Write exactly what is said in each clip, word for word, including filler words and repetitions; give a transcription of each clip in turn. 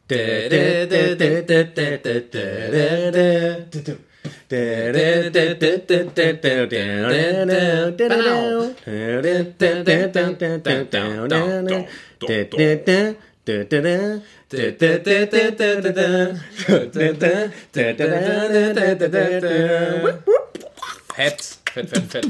Fett, fett, fett, fett.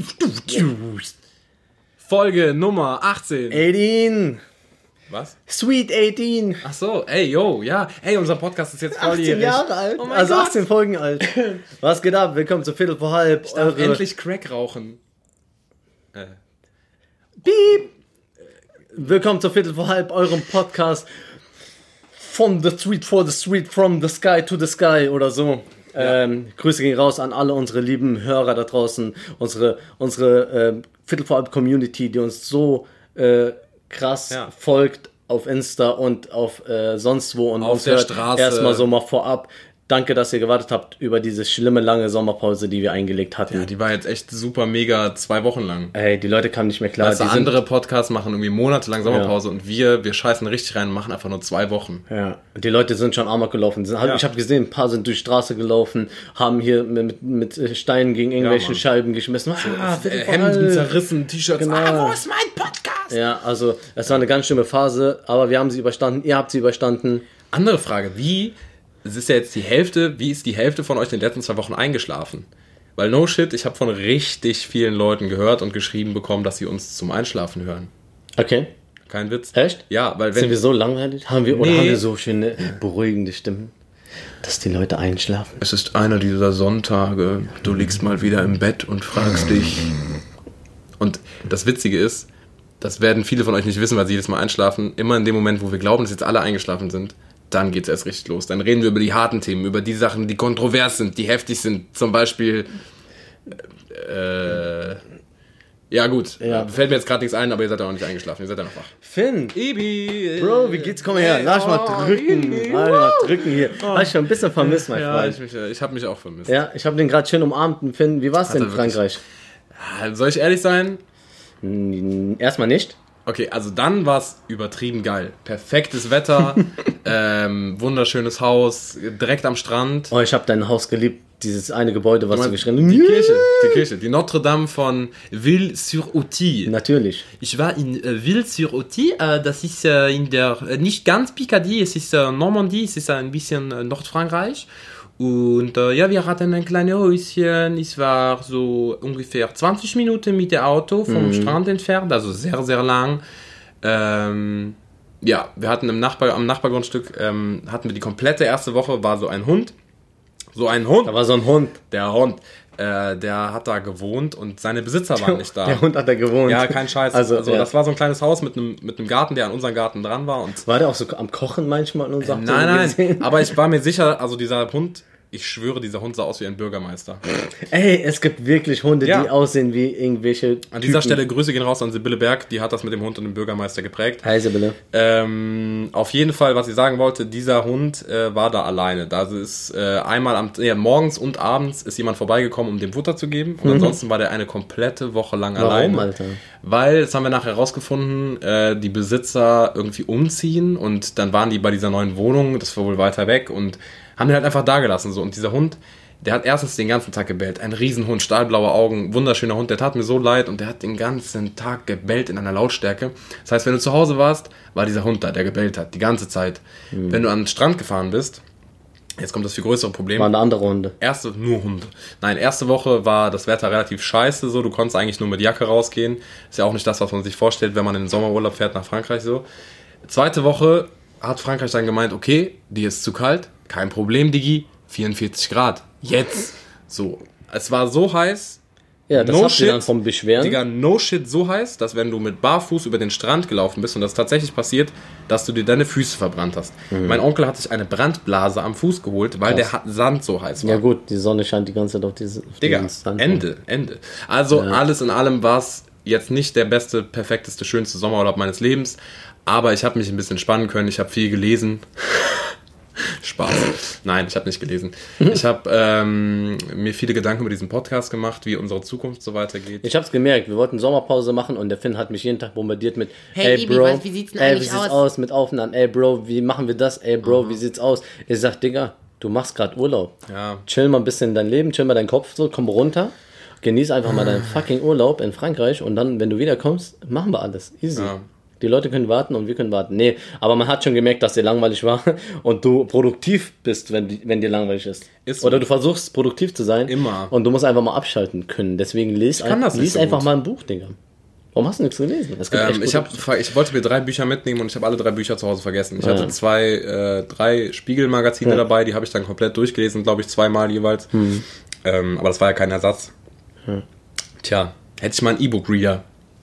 Folge Nummer achtzehn. achtzehn. Was? Sweet achtzehn. Ach so, ey, yo, ja. Ey, unser Podcast ist jetzt volljährig. achtzehn Jahre alt. Oh mein also Gott. achtzehn Folgen alt. Was geht ab? Willkommen zu Viertel vor halb. Ich darf endlich Crack rauchen. Äh. Piep. Willkommen zu Viertel vor halb, eurem Podcast. From the street for the street, from the sky to the sky oder so. Ja. Ähm, Grüße gehen raus an alle unsere lieben Hörer da draußen, unsere, unsere äh, Viertel vor halb Community, die uns so äh, krass ja. folgt auf Insta und auf äh, sonst wo und auf uns der hört. Straße. Erstmal so mal vorab. Danke, dass ihr gewartet habt über diese schlimme, lange Sommerpause, die wir eingelegt hatten. Ja, die war jetzt echt super mega zwei Wochen lang. Ey, die Leute kamen nicht mehr klar. Also die andere Podcasts machen irgendwie monatelang Sommerpause ja. und wir, wir scheißen richtig rein und machen einfach nur zwei Wochen. Ja, die Leute sind schon amok gelaufen. Ja. Ich habe gesehen, ein paar sind durch die Straße gelaufen, haben hier mit, mit Steinen gegen irgendwelche ja, Scheiben geschmissen. Ah, äh, Hemden zerrissen, T-Shirts. Genau. Ah, wo ist mein Podcast? Ja, also es war eine ganz schlimme Phase, aber wir haben sie überstanden. Ihr habt sie überstanden. Andere Frage, wie... Es ist ja jetzt die Hälfte, wie ist die Hälfte von euch in den letzten zwei Wochen eingeschlafen? Weil no shit, ich habe von richtig vielen Leuten gehört und geschrieben bekommen, dass sie uns zum Einschlafen hören. Okay. Kein Witz. Echt? Ja, weil wenn... Sind wir so langweilig? Haben wir, nee. Oder haben wir so schöne, beruhigende Stimmen, dass die Leute einschlafen? Es ist einer dieser Sonntage, du liegst mal wieder im Bett und fragst dich... Und das Witzige ist, das werden viele von euch nicht wissen, weil sie jedes Mal einschlafen, immer in dem Moment, wo wir glauben, dass jetzt alle eingeschlafen sind, dann geht's erst richtig los. Dann reden wir über die harten Themen, über die Sachen, die kontrovers sind, die heftig sind. Zum Beispiel, äh, ja gut, ja. Fällt mir jetzt gerade nichts ein, aber ihr seid ja auch nicht eingeschlafen, ihr seid ja noch wach. Finn! Ibi! Bro, wie geht's? Komm her, lass mal drücken. Lass mal drücken hier. Oh. Hast du schon ein bisschen vermisst, mein ja, Freund? Ich, ich habe mich auch vermisst. Ja, ich habe den gerade schön umarmt. Finn, wie war's denn in Frankreich? Wirklich, soll ich ehrlich sein? Erstmal nicht. Okay, also dann war es übertrieben geil. Perfektes Wetter, ähm, wunderschönes Haus, direkt am Strand. Oh, ich habe dein Haus geliebt, dieses eine Gebäude, was du geschrieben hast. Die Kirche, die Kirche, die Notre Dame von Ville-sur-Authie. Natürlich. Ich war in äh, Ville-sur-Authie, äh, das ist äh, in der, äh, nicht ganz Picardie, es ist äh, Normandie, es ist ein bisschen äh, Nordfrankreich. Und äh, ja, wir hatten ein kleines Häuschen, es war so ungefähr zwanzig Minuten mit dem Auto vom mhm. Strand entfernt, also sehr, sehr lang. Ähm, ja, wir hatten im Nachbar, am Nachbargrundstück, ähm, hatten wir die komplette erste Woche, war so ein Hund. So ein Hund. Da war so ein Hund. Der Hund. Äh, der hat da gewohnt und seine Besitzer waren nicht da. Der Hund hat da gewohnt. Ja, kein Scheiß. Also, also ja. Das war so ein kleines Haus mit einem mit einem Garten, der an unserem Garten dran war. Und war der auch so am Kochen manchmal? Und äh, nein, nein. Gesehen? Aber ich war mir sicher, also dieser Hund, ich schwöre, dieser Hund sah aus wie ein Bürgermeister. Ey, es gibt wirklich Hunde, ja. die aussehen wie irgendwelche Typen. An dieser Stelle Grüße gehen raus an Sibylle Berg, die hat das mit dem Hund und dem Bürgermeister geprägt. Hi Sibylle. Ähm, auf jeden Fall, was ich sagen wollte, dieser Hund äh, war da alleine. Da ist äh, einmal am, ja, morgens und abends ist jemand vorbeigekommen, um dem Futter zu geben. Und mhm. ansonsten war der eine komplette Woche lang Warum, alleine. Warum, Alter? Weil, das haben wir nachher herausgefunden, äh, die Besitzer irgendwie umziehen und dann waren die bei dieser neuen Wohnung, das war wohl weiter weg und haben den halt einfach da gelassen. So. Und dieser Hund, der hat erstens den ganzen Tag gebellt. Ein Riesenhund, stahlblaue Augen, wunderschöner Hund. Der tat mir so leid und der hat den ganzen Tag gebellt in einer Lautstärke. Das heißt, wenn du zu Hause warst, war dieser Hund da, der gebellt hat, die ganze Zeit. Mhm. Wenn du an den Strand gefahren bist, jetzt kommt das viel größere Problem. Waren da andere Hunde? Erste, nur Hunde. Nein, erste Woche war das Wetter relativ scheiße, so. Du konntest eigentlich nur mit Jacke rausgehen. Ist ja auch nicht das, was man sich vorstellt, wenn man in den Sommerurlaub fährt nach Frankreich, so. Zweite Woche hat Frankreich dann gemeint, okay, dir ist zu kalt. Kein Problem, Digi. vierundvierzig Grad. Jetzt. So. Es war so heiß. Ja, das no habt shit, ihr dann vom Beschweren. Digga, no shit so heiß, dass wenn du mit Barfuß über den Strand gelaufen bist und das tatsächlich passiert, dass du dir deine Füße verbrannt hast. Mhm. Mein Onkel hat sich eine Brandblase am Fuß geholt, weil Krass. der Sand so heiß war. Ja gut, die Sonne scheint die ganze Zeit auf diese auf Digga, Sand. Ende, Ende. Also ja. alles in allem war es jetzt nicht der beste, perfekteste, schönste Sommerurlaub meines Lebens, aber ich habe mich ein bisschen entspannen können, ich habe viel gelesen. Spaß. Nein, ich habe nicht gelesen. Ich habe ähm, mir viele Gedanken über diesen Podcast gemacht, wie unsere Zukunft so weitergeht. Ich habe es gemerkt, wir wollten Sommerpause machen und der Finn hat mich jeden Tag bombardiert mit Hey, ey Ibi, Bro, was, wie sieht's denn ey, eigentlich wie sieht's aus? aus mit Aufnahmen? Ey Bro, wie machen wir das? Ey Bro, mhm. wie sieht's aus? Ich sag, Digga, du machst gerade Urlaub. Ja. Chill mal ein bisschen dein Leben, chill mal deinen Kopf so, komm runter. Genieß einfach mal deinen fucking Urlaub in Frankreich und dann, wenn du wiederkommst, machen wir alles. Easy. Ja. Die Leute können warten und wir können warten. Nee, aber man hat schon gemerkt, dass dir langweilig war und du produktiv bist, wenn, die, wenn dir langweilig ist. Ist so. Oder du versuchst, produktiv zu sein. Immer. Und du musst einfach mal abschalten können. Deswegen lies, kann das nicht lies so einfach gut. mal ein Buch, Digga. Warum hast du nichts gelesen? Das gibt echt Ähm, gute ich, hab, Bücher. ich wollte mir drei Bücher mitnehmen und ich habe alle drei Bücher zu Hause vergessen. Ich Ja. hatte zwei, äh, drei Spiegelmagazine Ja. dabei, die habe ich dann komplett durchgelesen, glaube ich, zweimal jeweils. Hm. Ähm, aber das war ja kein Ersatz. Ja. Tja, hätte ich mal einen E-Book-Reader.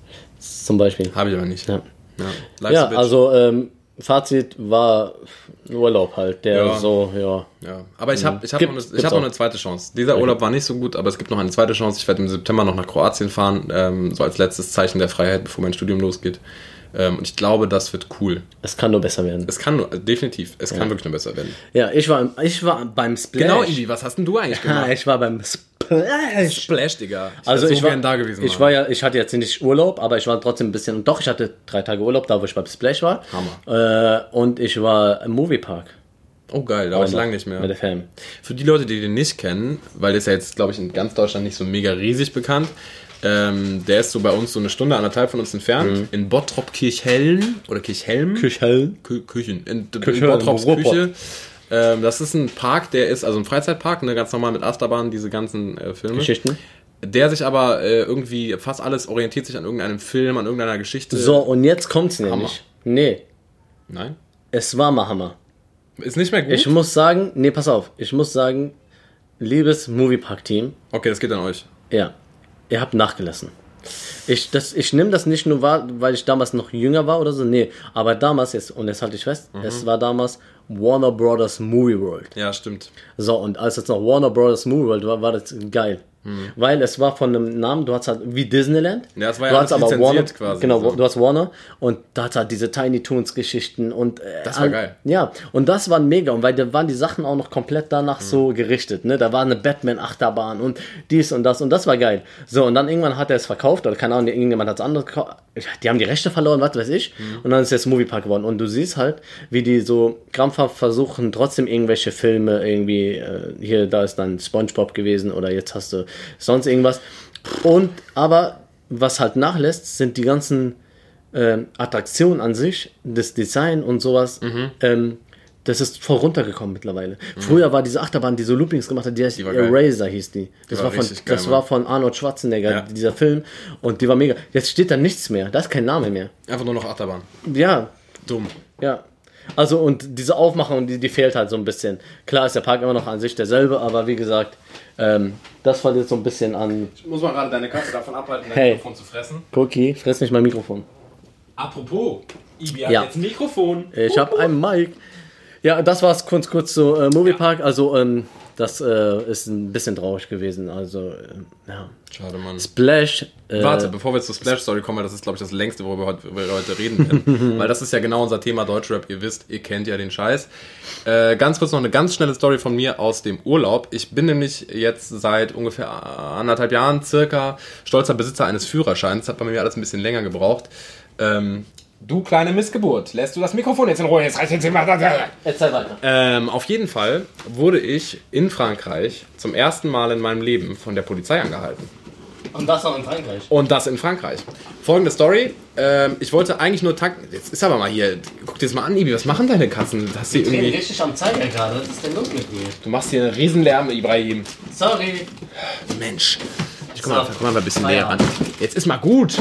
Zum Beispiel. Habe ich aber nicht. Ja, Ja, Life's ja a bitch. also ähm, Fazit war Urlaub halt, der Ja. so, ja. Ja, aber ich habe ich hab Gibt- noch, eine- ich gibt's hab noch auch. eine zweite Chance. Dieser Urlaub war nicht so gut, aber es gibt noch eine zweite Chance. Ich werde im September noch nach Kroatien fahren, ähm, so als letztes Zeichen der Freiheit, bevor mein Studium losgeht. Ähm, und ich glaube, das wird cool. Es kann nur besser werden. Es kann nur, definitiv, es kann wirklich nur besser werden. Ja, ich war, ich war beim Splash. Genau, Ibi, was hast denn du eigentlich Ah, gemacht? ich war beim Splash. Splash, Digga. Ich Also wär ich so war, gern da gewesen. ich Mann. war ja, ich hatte jetzt nicht Urlaub, aber ich war trotzdem ein bisschen, doch, ich hatte drei Tage Urlaub, da wo ich beim Splash war. Hammer. Äh, und ich war im Moviepark. Oh geil, da war ich lange nicht Mit mehr. der Fam. Für die Leute, die den nicht kennen, weil der ist ja jetzt, glaube ich, in ganz Deutschland nicht so mega riesig bekannt, ähm, der ist so bei uns so eine Stunde, anderthalb von uns entfernt, Mhm. in Bottrop-Kirchhellen oder Kirchhelm. Kirchhellen. Kü Küchen. In, in Kirchhellen, Bottrops Ruhrpott. Küche. Ähm, das ist ein Park, der ist, also ein Freizeitpark, ne, ganz normal mit Achterbahn, diese ganzen äh, Filme. Geschichten. Der sich aber äh, irgendwie, fast alles orientiert sich an irgendeinem Film, an irgendeiner Geschichte. So, und jetzt kommt's nämlich. Nee, Nein? es war mal Hammer. Ist nicht mehr gut? Ich muss sagen, nee, pass auf, ich muss sagen, liebes Moviepark-Team, Okay, das geht an euch. ja, ihr habt nachgelassen. Ich, das, ich nehme das nicht nur wahr, weil ich damals noch jünger war oder so, nee, aber damals, jetzt, und jetzt halte ich fest, es war damals Warner Brothers Movie World. Ja, stimmt. So, und als es noch Warner Brothers Movie World war, war das geil. Weil es war von einem Namen, du hast halt wie Disneyland. Ja, es war du ja hast alles aber Warner, lizenziert quasi, genau, so. du hast Warner und da hat halt diese Tiny Toons Geschichten und äh, Das war all- geil. Ja, und das war mega und weil da waren die Sachen auch noch komplett danach so gerichtet, ne? Da war eine Batman Achterbahn und dies und das und das war geil. So, und dann irgendwann hat er es verkauft oder keine Ahnung, irgendjemand hat es anderes gekauft. Die haben die Rechte verloren, was weiß ich. Und dann ist jetzt Moviepark geworden und du siehst halt, wie die so krampfhaft versuchen, trotzdem irgendwelche Filme irgendwie, äh, hier, da ist dann SpongeBob gewesen oder jetzt hast du sonst irgendwas. Und, aber, was halt nachlässt, sind die ganzen ähm, Attraktionen an sich, das Design und sowas, ähm, das ist voll runtergekommen mittlerweile. Früher war diese Achterbahn, die so Loopings gemacht hat, die heißt Die war geil. Eraser hieß die. Das, war war, von, richtig geil, das Mann. war von Arnold Schwarzenegger, Ja. dieser Film. Und die war mega. Jetzt steht da nichts mehr. Da ist kein Name mehr. Einfach nur noch Achterbahn. Ja, Dumm. ja. Also und diese Aufmachung, die, die fehlt halt so ein bisschen. Klar ist der Park immer noch an sich derselbe, aber wie gesagt, ähm, das verliert so ein bisschen an. Ich muss mal gerade deine Katze davon abhalten, dein Hey. Mikrofon zu fressen. Cookie, friss nicht mein Mikrofon. Apropos, Ibi hat Ja. jetzt ein Mikrofon. Ich habe ein Mic. Ja, das war's kurz kurz zu äh, Moviepark. Also ähm, das äh, ist ein bisschen traurig gewesen. Also äh, ja. Schade, Mann. Splash. Äh, Warte, bevor wir zur Splash Story kommen, weil das ist, glaube ich, das längste, worüber wir heute, worüber wir heute reden werden. Weil das ist ja genau unser Thema Deutschrap. Ihr wisst, ihr kennt ja den Scheiß. Äh, ganz kurz noch eine ganz schnelle Story von mir aus dem Urlaub. Ich bin nämlich jetzt seit ungefähr anderthalb Jahren circa stolzer Besitzer eines Führerscheins. Hat bei mir alles ein bisschen länger gebraucht. Ähm, du kleine Missgeburt, lässt du das Mikrofon jetzt in Ruhe? Jetzt reicht jetzt immer. Erzähl weiter. Ähm, auf jeden Fall wurde ich in Frankreich zum ersten Mal in meinem Leben von der Polizei angehalten. Und das noch in Frankreich. Und das in Frankreich. Folgende Story. Ähm, ich wollte eigentlich nur tanken. Jetzt ist aber mal hier. Guck dir das mal an, Ibi. Was machen deine Katzen? Hast du, Ich bin irgendwie, richtig am Zeiger gerade. Was ist denn los mit mir? du machst hier einen Riesenlärm, Ibrahim. Sorry. Mensch. Ich komm, So. mal, komm mal ein bisschen näher ran. Feierabend. Jetzt ist mal gut.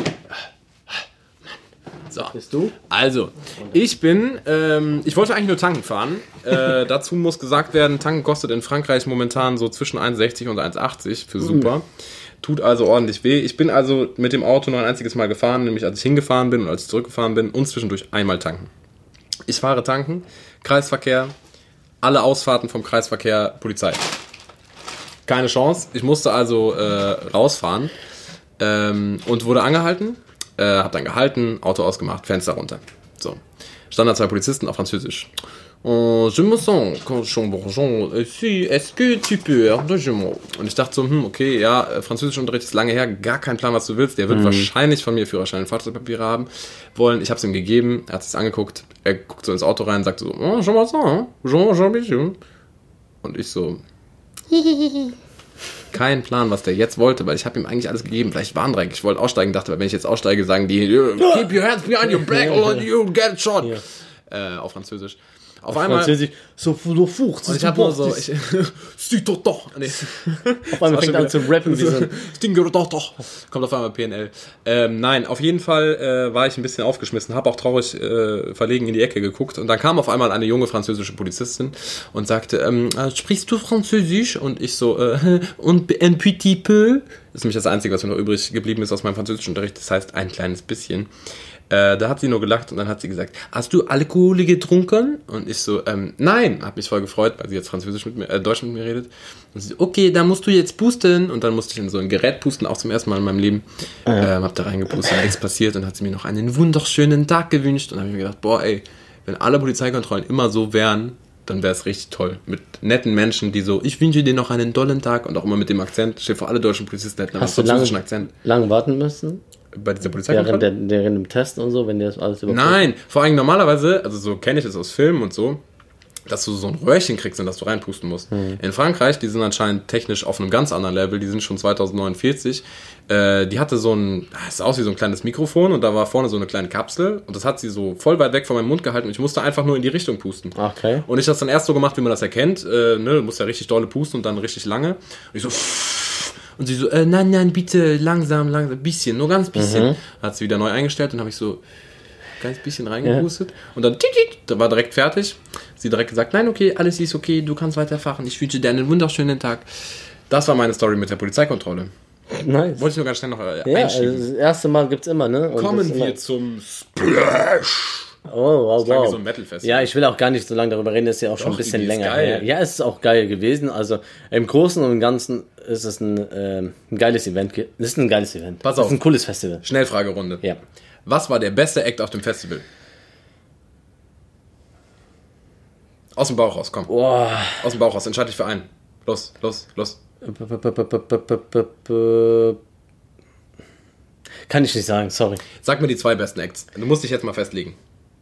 So. Bist du? Also, ich bin, ähm, ich wollte eigentlich nur tanken fahren. Äh, dazu muss gesagt werden, tanken kostet in Frankreich momentan so zwischen eins sechzig und eins achtzig für super. Tut also ordentlich weh. Ich bin also mit dem Auto nur ein einziges Mal gefahren, nämlich als ich hingefahren bin und als ich zurückgefahren bin und zwischendurch einmal tanken. Ich fahre tanken, Kreisverkehr, alle Ausfahrten vom Kreisverkehr, Polizei. Keine Chance. Ich musste also äh, rausfahren ähm, und wurde angehalten. Äh, hab dann gehalten, Auto ausgemacht, Fenster runter. So. Standen da zwei Polizisten auf Französisch. Oh, je me sens cochon bourgeon. Si, est-ce que tu peux erdourgement? Und ich dachte so, hm, okay, ja, Französischunterricht ist lange her, gar kein Plan, was du willst. Der wird mhm. wahrscheinlich von mir Führerschein und Fahrzeugpapiere haben wollen. Ich habe es ihm gegeben, er hat es angeguckt, er guckt so ins Auto rein und sagt so, oh, je me sens, Jean, Jean, Jean. Und ich so, kein Plan, was der jetzt wollte, weil ich habe ihm eigentlich alles gegeben. Vielleicht Warndreieck. Ich wollte aussteigen, dachte, wenn ich jetzt aussteige, sagen die, keep your hands behind your back or you get shot. Ja. Äh, auf Französisch. Auf, auf einmal. Französisch, so, so fucht. Und ich hab nur so, ich, doch, doch. Nee. Auf einmal fängt er an zu rappen. Wie so Stinger, doch, doch. Kommt auf einmal P N L. Ähm, nein, auf jeden Fall äh, war ich ein bisschen aufgeschmissen, habe auch traurig äh, verlegen in die Ecke geguckt und dann kam auf einmal eine junge französische Polizistin und sagte, ähm, sprichst du Französisch? Und ich so, äh, und un petit peu? Das ist nämlich das Einzige, was mir noch übrig geblieben ist aus meinem Französischunterricht. Das heißt, ein kleines bisschen. Äh, da hat sie nur gelacht und dann hat sie gesagt, hast du Alkohol getrunken? Und ich so, ähm, nein, hab mich voll gefreut, weil sie jetzt Französisch mit mir, äh, Deutsch mit mir redet. Und sie so, okay, da musst du jetzt pusten. Und dann musste ich in so ein Gerät pusten, auch zum ersten Mal in meinem Leben. Ja. Ähm, hab da reingepustet, nichts passiert und hat sie mir noch einen wunderschönen Tag gewünscht. Und dann habe ich mir gedacht, boah, ey, wenn alle Polizeikontrollen immer so wären, dann wäre es richtig toll. Mit netten Menschen, die so, ich wünsche dir noch einen tollen Tag und auch immer mit dem Akzent. Steht vor, alle deutschen Polizisten hätten einen französischen Akzent. Lang warten müssen? Bei dieser Polizeikontrolle? Während, der, während dem Test und so, wenn der das alles überprüft? Nein, vor allem normalerweise, also so kenne ich es aus Filmen und so, dass du so ein Röhrchen kriegst und dass du reinpusten musst. Hm. In Frankreich, die sind anscheinend technisch auf einem ganz anderen Level, die sind schon zweitausendneunundvierzig, äh, die hatte so ein, es sah aus wie so ein kleines Mikrofon und da war vorne so eine kleine Kapsel und das hat sie so voll weit weg von meinem Mund gehalten und ich musste einfach nur in die Richtung pusten. Okay. Und ich habe das dann erst so gemacht, wie man das erkennt, äh, ne, du musst ja richtig dolle pusten und dann richtig lange. Und ich so, und sie so, äh, nein, nein, bitte, langsam, langsam, bisschen, nur ganz bisschen. Mhm. Hat sie wieder neu eingestellt und habe ich so ganz bisschen reingepustet. Ja. Und dann, da war direkt fertig. Sie direkt gesagt, nein, okay, alles ist okay, du kannst weiterfahren. Ich wünsche dir einen wunderschönen Tag. Das war meine Story mit der Polizeikontrolle. Nice. Wollte ich nur ganz schnell noch äh, ja, einschieben. Also das erste Mal gibt's immer, ne? Und kommen wir zum Splash. Oh, wow, wow. Wie so ein Metal-Festival. Ja, ich will auch gar nicht so lange darüber reden, das ist ja auch Doch, schon ein bisschen länger her. Ja, es ist auch geil gewesen. Also im Großen und Ganzen ist es ein, äh, ein geiles Event. Es ist ein geiles Event. Pass auf. Es ist ein cooles Festival. Schnellfragerunde. Ja. Was war der beste Act auf dem Festival? Aus dem Bauch raus, komm. Oh. Aus dem Bauch raus, entscheide dich für einen. Los, los, los. Kann ich nicht sagen, sorry. Sag mir die zwei besten Acts. Du musst dich jetzt mal festlegen.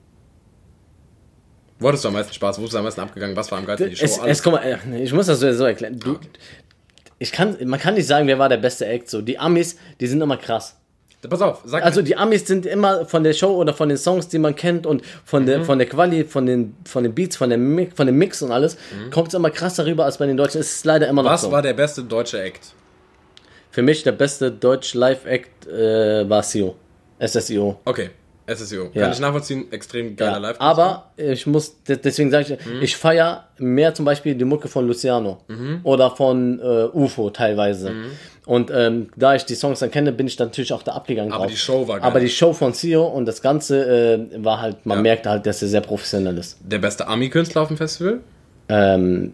Wo hattest du am meisten Spaß? Wo ist du am meisten abgegangen? Was war am geilsten? Die Show? Es, es, komm mal, ich muss das so, so erklären. Du, ich kann, man kann nicht sagen, wer war der beste Act. So. Die Amis, die sind immer krass. Pass auf, sag Also die Amis sind immer von der Show oder von den Songs, die man kennt und von der, mhm. von der Quali, von den, von den Beats, von, der Mix, von dem Mix und alles, mhm. kommt es immer krasser rüber als bei den Deutschen. Es ist leider immer noch Was so. Was war der beste deutsche Act? Für mich der beste deutsche Live-Act äh, war S I O. S S I O. Okay, S S I O. Kann ja. ich nachvollziehen, extrem geiler ja, Live-Act. Aber ich muss, deswegen sage ich, mhm. ich feiere mehr zum Beispiel die Mucke von Luciano mhm. oder von äh, U F O teilweise. Mhm. Und ähm, da ich die Songs dann kenne, bin ich dann natürlich auch da abgegangen Aber drauf. die Show war geil. Aber die Show von S I O und das Ganze äh, war halt, man ja. merkte halt, dass er sehr professionell ist. Der beste Ami-Künstler auf dem Festival? Ähm,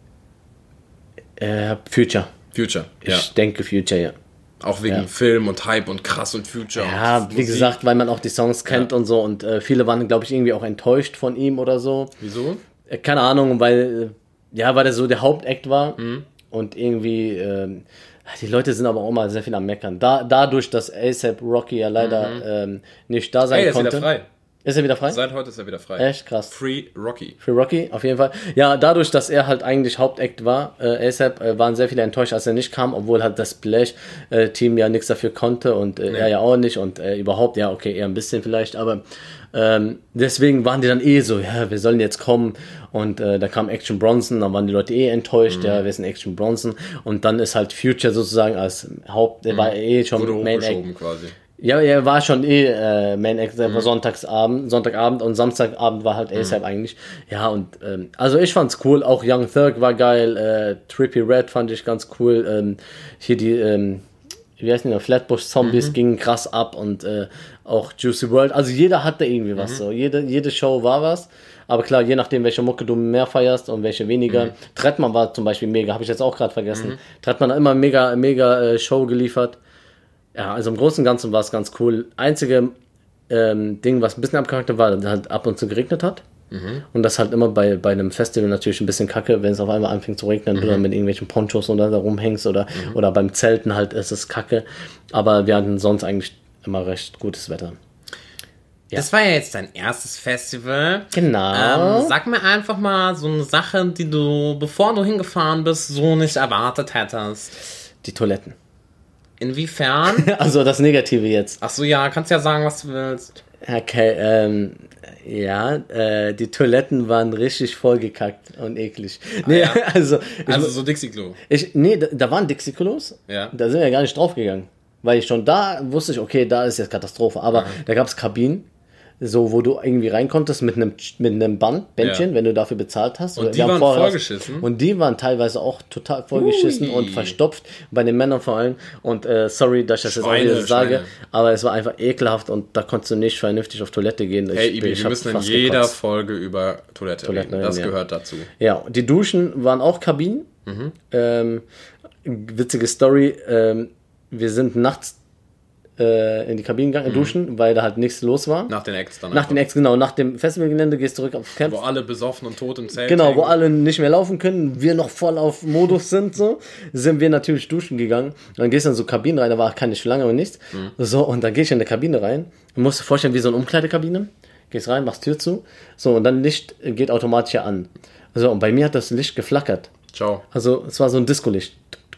äh, Future. Future, ich ja. Ich denke Future, ja. Auch wegen ja. Film und Hype und krass und Future. Ja, und wie Musik. gesagt, weil man auch die Songs kennt ja. und so. Und äh, viele waren, glaube ich, irgendwie auch enttäuscht von ihm oder so. Wieso? Äh, keine Ahnung, weil, äh, ja, weil er so der Hauptakt war. Mhm. Und irgendwie, äh, die Leute sind aber auch mal sehr viel am Meckern. Da, dadurch, dass A$AP Rocky ja leider mhm. ähm, nicht da sein hey, konnte. Ist wieder frei. Ist er wieder frei? Seit heute ist er wieder frei. Echt krass. Free Rocky. Free Rocky, auf jeden Fall. Ja, dadurch, dass er halt eigentlich Hauptakt war, äh, A$AP, äh, waren sehr viele enttäuscht, als er nicht kam, obwohl halt das Splash-Team ja nichts dafür konnte und äh, nee. er ja auch nicht und äh, überhaupt, ja, okay, eher ein bisschen vielleicht, aber ähm, deswegen waren die dann eh so, ja, wir sollen jetzt kommen und äh, da kam Action Bronson, dann waren die Leute eh enttäuscht, mhm. ja, wer ist ein Action Bronson und dann ist halt Future sozusagen als Haupt, der mhm. war eh schon Wurde Main Act. Quasi. Ja, er war schon eh äh, Main Act, der mhm. war Sonntagsabend, Sonntagabend und Samstagabend war halt A$AP mhm. eigentlich. Ja, und ähm, also ich fand's cool, auch Young Thug war geil, äh, Trippie Red fand ich ganz cool, ähm, hier die, ähm, wie heißt die noch, Flatbush Zombies mhm. gingen krass ab und äh, auch Juicy World, also jeder hatte irgendwie was, mhm. so, jede, jede Show war was, aber klar, je nachdem, welche Mucke du mehr feierst und welche weniger. Mhm. Trettmann war zum Beispiel mega, habe ich jetzt auch gerade vergessen. Mhm. Trettmann hat immer mega, mega äh, Show geliefert. Ja, also im Großen und Ganzen war es ganz cool. Einzige ähm, Ding, was ein bisschen abgehakt war, dass es halt ab und zu geregnet hat. Mhm. Und das halt immer bei, bei einem Festival natürlich ein bisschen kacke, wenn es auf einmal anfängt zu regnen mhm. oder mit irgendwelchen Ponchos oder da rumhängst oder, mhm. oder beim Zelten halt ist es kacke. Aber wir hatten sonst eigentlich immer recht gutes Wetter. Ja. Das war ja jetzt dein erstes Festival. Genau. Ähm, sag mir einfach mal so eine Sache, die du, bevor du hingefahren bist, so nicht erwartet hättest. Die Toiletten. Inwiefern? Also das Negative jetzt. Ach so, ja, kannst ja sagen, was du willst. Okay, ähm, ja, äh, die Toiletten waren richtig vollgekackt und eklig. Ah, nee, ja. also, ich, also so Dixie-Klo. Ich, nee, da, da waren Dixie-Klos. Ja. Da sind wir ja gar nicht draufgegangen. Weil ich schon da wusste ich, okay, da ist jetzt Katastrophe. Aber mhm. da gab es Kabinen, so wo du irgendwie rein konntest mit einem mit einem Band, Bändchen, ja. wenn du dafür bezahlt hast. Und die waren vollgeschissen. Und die waren teilweise auch total vollgeschissen Ui. und verstopft, bei den Männern vor allem. Und äh, sorry, dass ich das Schweine, jetzt auch wieder sage, Schweine. aber es war einfach ekelhaft und da konntest du nicht vernünftig auf Toilette gehen. Hey, ich, Ibi, ich wir müssen in jeder gekotzt. Folge über Toilette Toiletten reden. Das ja. gehört dazu. Ja, die Duschen waren auch Kabinen. Mhm. Ähm, witzige Story, ähm, wir sind nachts in die Kabinen gegangen, mhm. duschen, weil da halt nichts los war. Nach den Acts dann. Nach einfach. den Acts, genau. Nach dem Festivalgelände gehst du zurück aufs Camp. Wo alle besoffen und tot im Zelt Genau, hängen. wo alle nicht mehr laufen können, wir noch voll auf Modus sind, so, sind wir natürlich duschen gegangen. Und dann gehst du in so Kabinen rein, da war keine Schlange und nichts. Mhm. So, und dann geh ich in eine Kabine rein. Du musst dir vorstellen, wie so eine Umkleidekabine. Gehst rein, machst Tür zu. So, und dann Licht geht automatisch an. So, und bei mir hat das Licht geflackert. Ciao. Also, es war so ein Disco-Licht.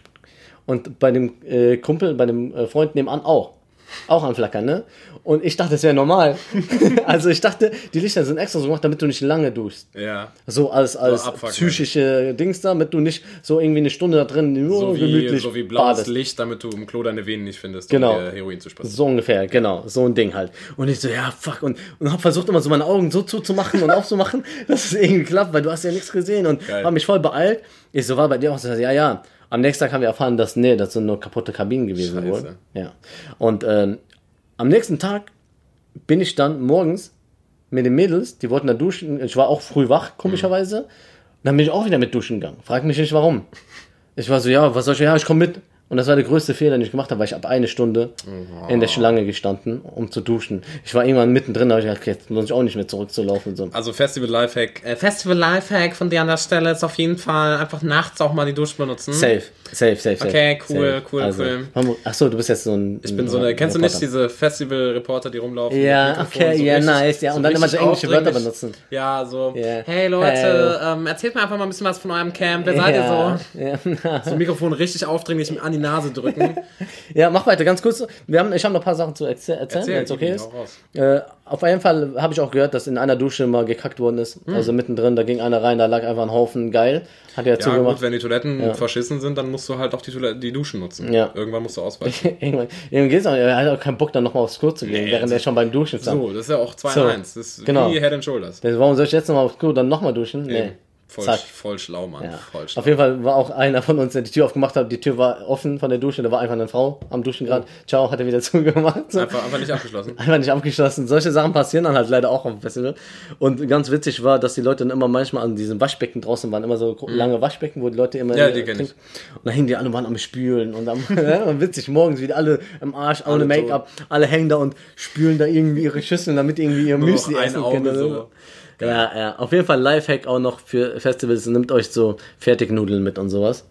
Und bei dem äh, Kumpel, bei dem äh, Freund nebenan auch. Auch am Flackern, ne? Und ich dachte, das wäre normal. Also ich dachte, die Lichter sind extra so gemacht, damit du nicht lange duschst. Ja. So als, als so psychische Dings da, damit du nicht so irgendwie eine Stunde da drin nur so wie, gemütlich So wie blaues badest. Licht, damit du im Klo deine Venen nicht findest, genau. um dir Heroin zu spritzen. So ungefähr, genau. So ein Ding halt. Und ich so, ja, fuck. Und, und hab versucht immer so meine Augen so zuzumachen und aufzumachen, dass es irgendwie klappt, weil du hast ja nichts gesehen. Und Geil. Hab mich voll beeilt. Ich so, war bei dir auch so, ja, ja. Am nächsten Tag haben wir erfahren, dass, nee, das sind nur kaputte Kabinen gewesen Scheiße. wohl. Ja. Und, ähm, am nächsten Tag bin ich dann morgens mit den Mädels, die wollten da duschen. Ich war auch früh wach, komischerweise. Und dann bin ich auch wieder mit duschen gegangen. Frag mich nicht, warum. Ich war so, ja, was soll ich, ja, ich komme mit. Und das war der größte Fehler, den ich gemacht habe, weil ich ab eine Stunde oh. in der Schlange gestanden, um zu duschen. Ich war irgendwann mittendrin, da habe ich gedacht, jetzt lohnt sich auch nicht mehr zurückzulaufen. So. Also Festival Lifehack. Äh, Festival Lifehack von dir an der Stelle ist auf jeden Fall einfach nachts auch mal die Dusche benutzen. Safe, safe, safe, safe. Okay, cool, safe. cool, also, cool. Achso, du bist jetzt so ein... Ich bin so eine, kennst du nicht diese Festival-Reporter, die rumlaufen? Ja, okay, ja, yeah, nice. Ja, und so dann immer so englische Wörter benutzen. Ja, so, yeah. hey Leute, hey. Ähm, erzählt mir einfach mal ein bisschen was von eurem Camp. Wer seid ja. ihr so? Ja. So ein Mikrofon richtig aufdringlich an die Nase drücken. Ja, mach weiter, ganz kurz. Wir haben, ich habe noch ein paar Sachen zu erzäh- erzählen, wenn es okay ist. Äh, auf jeden Fall habe ich auch gehört, dass in einer Dusche mal gekackt worden ist. Hm. Also mittendrin, da ging einer rein, da lag einfach ein Haufen. Geil. Hat er ja, zugemacht. Gut, wenn die Toiletten ja. verschissen sind, dann musst du halt auch die, Toilette, die Duschen nutzen. Ja. Irgendwann musst du ausweichen. Irgendwann, irgendwann geht's auch. Er hat auch keinen Bock, dann nochmal aufs Klo zu gehen, nee, während er schon beim Duschen stand. So, das ist ja auch zwei in eins. So, das ist genau. wie Head and Shoulders. Warum soll ich jetzt nochmal aufs Klo, dann nochmal duschen? Nee. Nee. Voll, voll schlau, Mann. Ja. Voll schlau. Auf jeden Fall war auch einer von uns, der die Tür aufgemacht hat. Die Tür war offen von der Dusche. Da war einfach eine Frau am Duschen gerade. Oh. Ciao, hat er wieder zugemacht. So. Einfach, einfach nicht abgeschlossen. Einfach nicht abgeschlossen. Solche Sachen passieren dann halt leider auch am Festival. Und ganz witzig war, dass die Leute dann immer manchmal an diesem Waschbecken draußen waren. Immer so mhm. lange Waschbecken, wo die Leute immer... Ja, die kenn ich. Und da hingen die alle waren am Spülen. Und dann ja, witzig, morgens wieder alle im Arsch, ohne Make-up. Alle hängen da und spülen da irgendwie ihre Schüsseln, damit irgendwie ihr Nur Müsli ein essen Auge können. So. Ja, ja, auf jeden Fall Lifehack auch noch für Festivals, nehmt euch so Fertignudeln mit und sowas.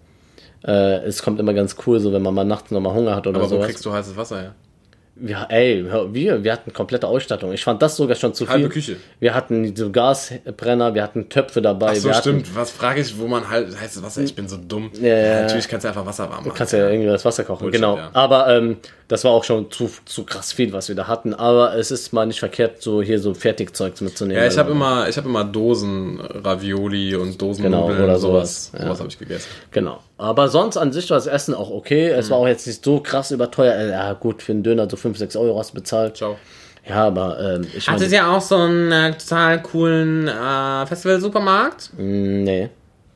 Äh, es kommt immer ganz cool, so wenn man mal nachts nochmal Hunger hat oder Aber sowas. wo kriegst du heißes Wasser her? Ja, ey, wir, wir hatten komplette Ausstattung. Ich fand das sogar schon zu viel. Halbe Küche. Wir hatten so Gasbrenner, wir hatten Töpfe dabei. Ach so, wir stimmt. Hatten, Was frage ich, wo man halt heißes Wasser, ich bin so dumm. Ja, ja, natürlich kannst du einfach Wasser warm machen. Du kannst ja irgendwie das Wasser kochen, Bullshit, genau. Ja. Aber ähm, das war auch schon zu, zu krass viel, was wir da hatten. Aber es ist mal nicht verkehrt, so hier so Fertigzeugs mitzunehmen. Ja, ich habe immer, ich habe immer Dosen Ravioli und Dosennudeln genau, oder sowas. Sowas, ja. sowas habe ich gegessen. Genau. Aber sonst an sich war das Essen auch okay. Es mhm. war auch jetzt nicht so krass überteuert. Ja gut, für einen Döner so fünf, sechs Euro hast du bezahlt. Ciao. Ja, aber ähm, ich Hattet mein, ihr auch so einen äh, total coolen äh, Festival-Supermarkt? Nee.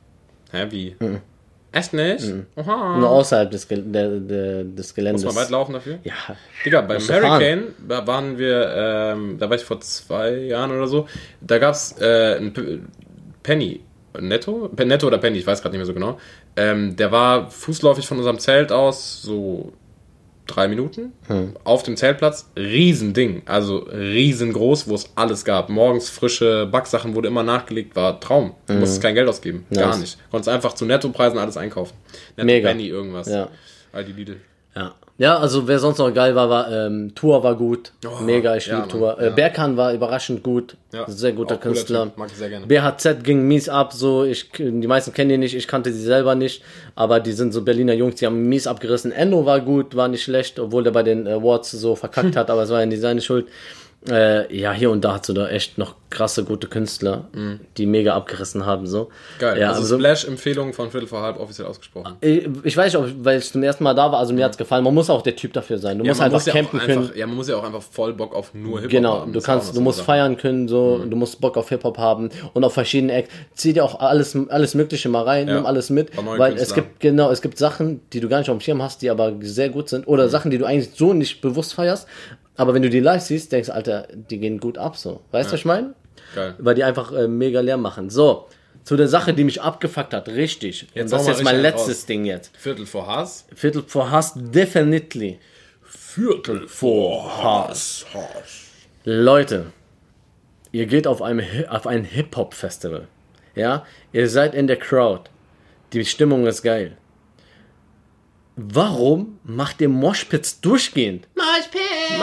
Hä, wie? Mhm. Echt nicht? Mhm. Oha. Nur außerhalb des, Ge- der, der, des Geländes. Muss man weit laufen dafür? Ja. Digga, beim Hurricane, da waren wir, ähm, da war ich vor zwei Jahren oder so, da gab's äh, ein P- Penny. Netto? Netto oder Penny, ich weiß gerade nicht mehr so genau. Ähm, der war fußläufig von unserem Zelt aus so drei Minuten hm. auf dem Zeltplatz. Riesending, also riesengroß, wo es alles gab. Morgens frische Backsachen wurde immer nachgelegt, war Traum. Du hm. musstest kein Geld ausgeben, nice. Gar nicht. Konntest einfach zu Nettopreisen alles einkaufen. Netto Mega. Penny, irgendwas. Ja. All die Lidl. Ja. Ja, also wer sonst noch geil war, war ähm, Tour war gut. Oh, mega, ich ja, liebe Tour. Äh, ja. Berkan war überraschend gut. Ja. Sehr guter Künstler. Mag ich sehr gerne. B H Z ging mies ab, so ich die meisten kennen die nicht, ich kannte sie selber nicht, aber die sind so Berliner Jungs, die haben mies abgerissen. Enno war gut, war nicht schlecht, obwohl der bei den Awards so verkackt hat, aber es war ja nicht seine Schuld. Äh, ja, hier und da hast du da echt noch krasse, gute Künstler, mm. die mega abgerissen haben. So. Geil, ja, also, also Splash-Empfehlung von Viertel vor halb offiziell ausgesprochen. Ich, ich weiß nicht, ob, weil ich zum ersten Mal da war, also mir mm. hat es gefallen. Man muss auch der Typ dafür sein. Du ja, musst einfach muss ja campen einfach, können. Ja, man muss ja auch einfach voll Bock auf nur Hip-Hop genau, haben. Genau, du kannst, du musst Sache. feiern können, so, mm. du musst Bock auf Hip-Hop haben und auf verschiedene Acts. Zieh dir auch alles, alles Mögliche mal rein, ja. nimm alles mit, weil Künstler. es gibt, genau, es gibt Sachen, die du gar nicht auf dem Schirm hast, die aber sehr gut sind oder mm. Sachen, die du eigentlich so nicht bewusst feierst. Aber wenn du die live siehst, denkst du, Alter, die gehen gut ab, so. Weißt du, ja. was ich meine? Geil. Weil die einfach äh, mega Lärm machen. So, zu der Sache, die mich abgefuckt hat, richtig. Jetzt Und das ist jetzt mein letztes raus. Ding jetzt. Viertel vor Hass? Viertel vor Hass, definitely. Viertel vor Hass. Hass. Leute, ihr geht auf, einem, auf ein Hip-Hop-Festival. Ja? Ihr seid in der Crowd. Die Stimmung ist geil. Warum macht ihr Moshpits durchgehend? Moshpit!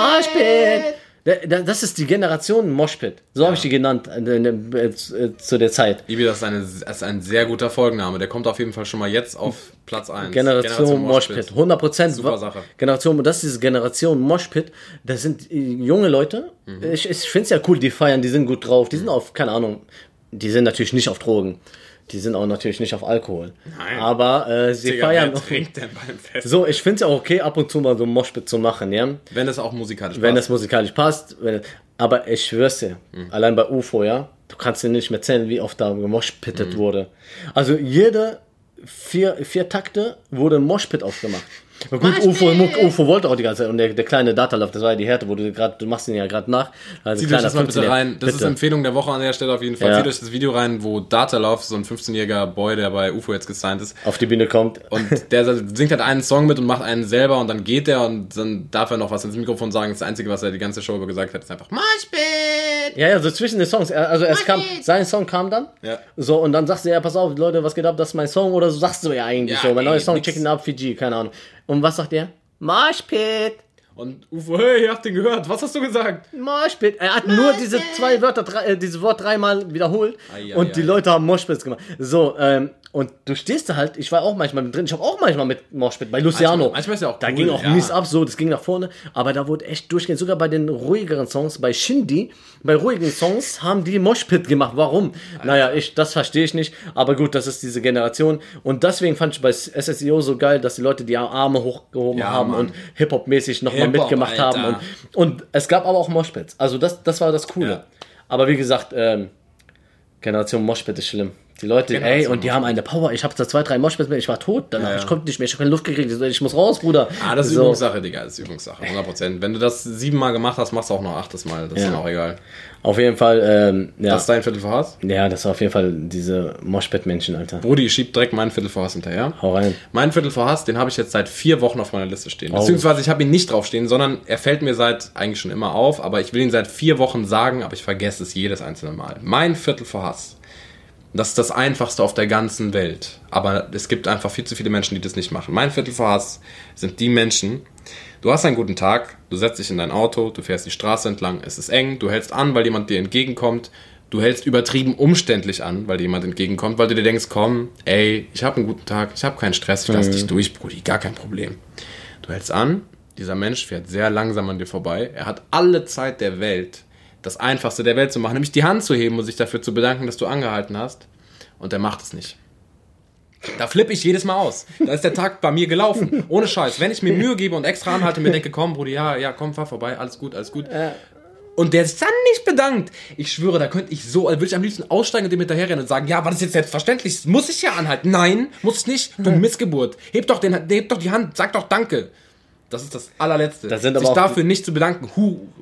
Moshpit! Das ist die Generation Moshpit. So ja. habe ich die genannt äh, zu der Zeit. Ibi, das ist, eine, das ist ein sehr guter Folgenname. Der kommt auf jeden Fall schon mal jetzt auf Platz eins. Generation, Generation Moshpit. Moshpit. hundert Prozent. Super Sache. Generation, und das ist diese Generation Moshpit. Das sind junge Leute. Mhm. Ich, ich finde es ja cool, die feiern, die sind gut drauf. Die sind auf, keine Ahnung, die sind natürlich nicht auf Drogen. Die sind auch natürlich nicht auf Alkohol. Nein. Aber äh, sie Digga, feiern. Wer trinkt denn beim Fest? So, ich finde es ja auch okay, ab und zu mal so ein Moshpit zu machen, ja. Wenn es auch musikalisch Wenn passt. es musikalisch passt. Wenn, aber ich schwör's dir, mhm. allein bei U F O, ja, du kannst dir nicht mehr zählen, wie oft da gemoshpittet mhm. wurde. Also jede vier, vier Takte wurde ein Moshpit aufgemacht. Na gut, U F O, U F O wollte auch die ganze Zeit. Und der, der kleine Datalove, das war ja die Härte, wo du gerade, du machst ihn ja gerade nach. Also Zieht euch das mal bitte rein. Das bitte. ist Empfehlung der Woche an der Stelle auf jeden Fall. Ja. Zieht euch das Video rein, wo Datalove, so ein fünfzehnjähriger Boy, der bei U F O jetzt gesigned ist, auf die Bühne kommt. Und der singt halt einen Song mit und macht einen selber und dann geht der und dann darf er noch was ins Mikrofon sagen. Das Einzige, was er die ganze Show über gesagt hat, ist einfach Moshpit! Ja, ja, so zwischen den Songs. Also es kam, sein Song kam dann. Ja. So, und dann sagst du, ja, pass auf, Leute, was geht ab, das ist mein Song. Oder so sagst du ja eigentlich ja, so. Mein neuer Song, nix. Chicken Up Fiji, keine Ahnung. Und was sagt der? Moshpit. Und U F O, hey, ihr habt den gehört, was hast du gesagt? Moshpit. Er hat nur diese zwei Wörter, drei, äh, dieses Wort dreimal wiederholt ai, ai, und ai, die ai. Leute haben Moshpits gemacht. So, ähm, und du stehst da halt, ich war auch manchmal mit drin, ich habe auch manchmal mit Moshpit bei Luciano. Manchmal, manchmal ist ja auch da cool, ging auch ja. mies ab, so, das ging nach vorne, aber da wurde echt durchgehend, sogar bei den ruhigeren Songs, bei Shindy, bei ruhigen Songs haben die Moshpit gemacht. Warum? Alter. Naja, ich, das verstehe ich nicht, aber gut, das ist diese Generation und deswegen fand ich bei S S I O so geil, dass die Leute die Arme hochgehoben ja, haben Mann. und Hip-Hop-mäßig nochmal mitgemacht Alter. haben und, und es gab aber auch Moshpits, also das, das war das Coole. Ja. Aber wie gesagt, ähm, Generation Moshpit ist schlimm. Die Leute, genau, ey, und die haben eine Power. Ich habe da zwei, drei Moshpits mit, ich war tot danach. Ja, ja. Ich konnte nicht mehr, ich habe keine Luft gekriegt. Ich muss raus, Bruder. Ah, das ist so. Übungssache, Digga. Das ist Übungssache, hundert Prozent. Wenn du das siebenmal gemacht hast, machst du auch noch achtes Mal. Das ja. ist dann auch egal. Auf jeden Fall, ähm, ja. Das ist dein Viertel vor Hass? Ja, das war auf jeden Fall diese Moshpit-Menschen, Alter. Brudi, ich schieb direkt meinen Viertel vor Hass hinterher. Hau rein. Mein Viertel vor Hass, den habe ich jetzt seit vier Wochen auf meiner Liste stehen. Oh. Beziehungsweise ich habe ihn nicht draufstehen, sondern er fällt mir seit eigentlich schon immer auf. Aber ich will ihn seit vier Wochen sagen, aber ich vergesse es jedes einzelne Mal. Mein Viertel vor Hass. Das ist das Einfachste auf der ganzen Welt. Aber es gibt einfach viel zu viele Menschen, die das nicht machen. Mein Viertel vor Hass sind die Menschen, du hast einen guten Tag, du setzt dich in dein Auto, du fährst die Straße entlang, es ist eng, du hältst an, weil jemand dir entgegenkommt, du hältst übertrieben umständlich an, weil dir jemand entgegenkommt, weil du dir denkst, komm, ey, ich habe einen guten Tag, ich habe keinen Stress, ich lass mhm. dich durch, Brudi, gar kein Problem. Du hältst an, dieser Mensch fährt sehr langsam an dir vorbei, er hat alle Zeit der Welt, das Einfachste der Welt zu machen, nämlich die Hand zu heben und sich dafür zu bedanken, dass du angehalten hast. Und er macht es nicht. Da flippe ich jedes Mal aus. Da ist der Tag bei mir gelaufen. Ohne Scheiß. Wenn ich mir Mühe gebe und extra anhalte und mir denke, komm, Bruder, ja, ja, komm, fahr vorbei, alles gut, alles gut. Und der sich dann nicht bedankt. Ich schwöre, da könnte ich so, würde ich am liebsten aussteigen und dem hinterherrennen und sagen, ja, war das jetzt selbstverständlich? Muss ich ja anhalten? Nein, muss ich nicht. Du Missgeburt. Heb doch, den, heb doch die Hand, sag doch Danke. Das ist das allerletzte. Das sind aber sich auch dafür nicht zu bedanken. Huh.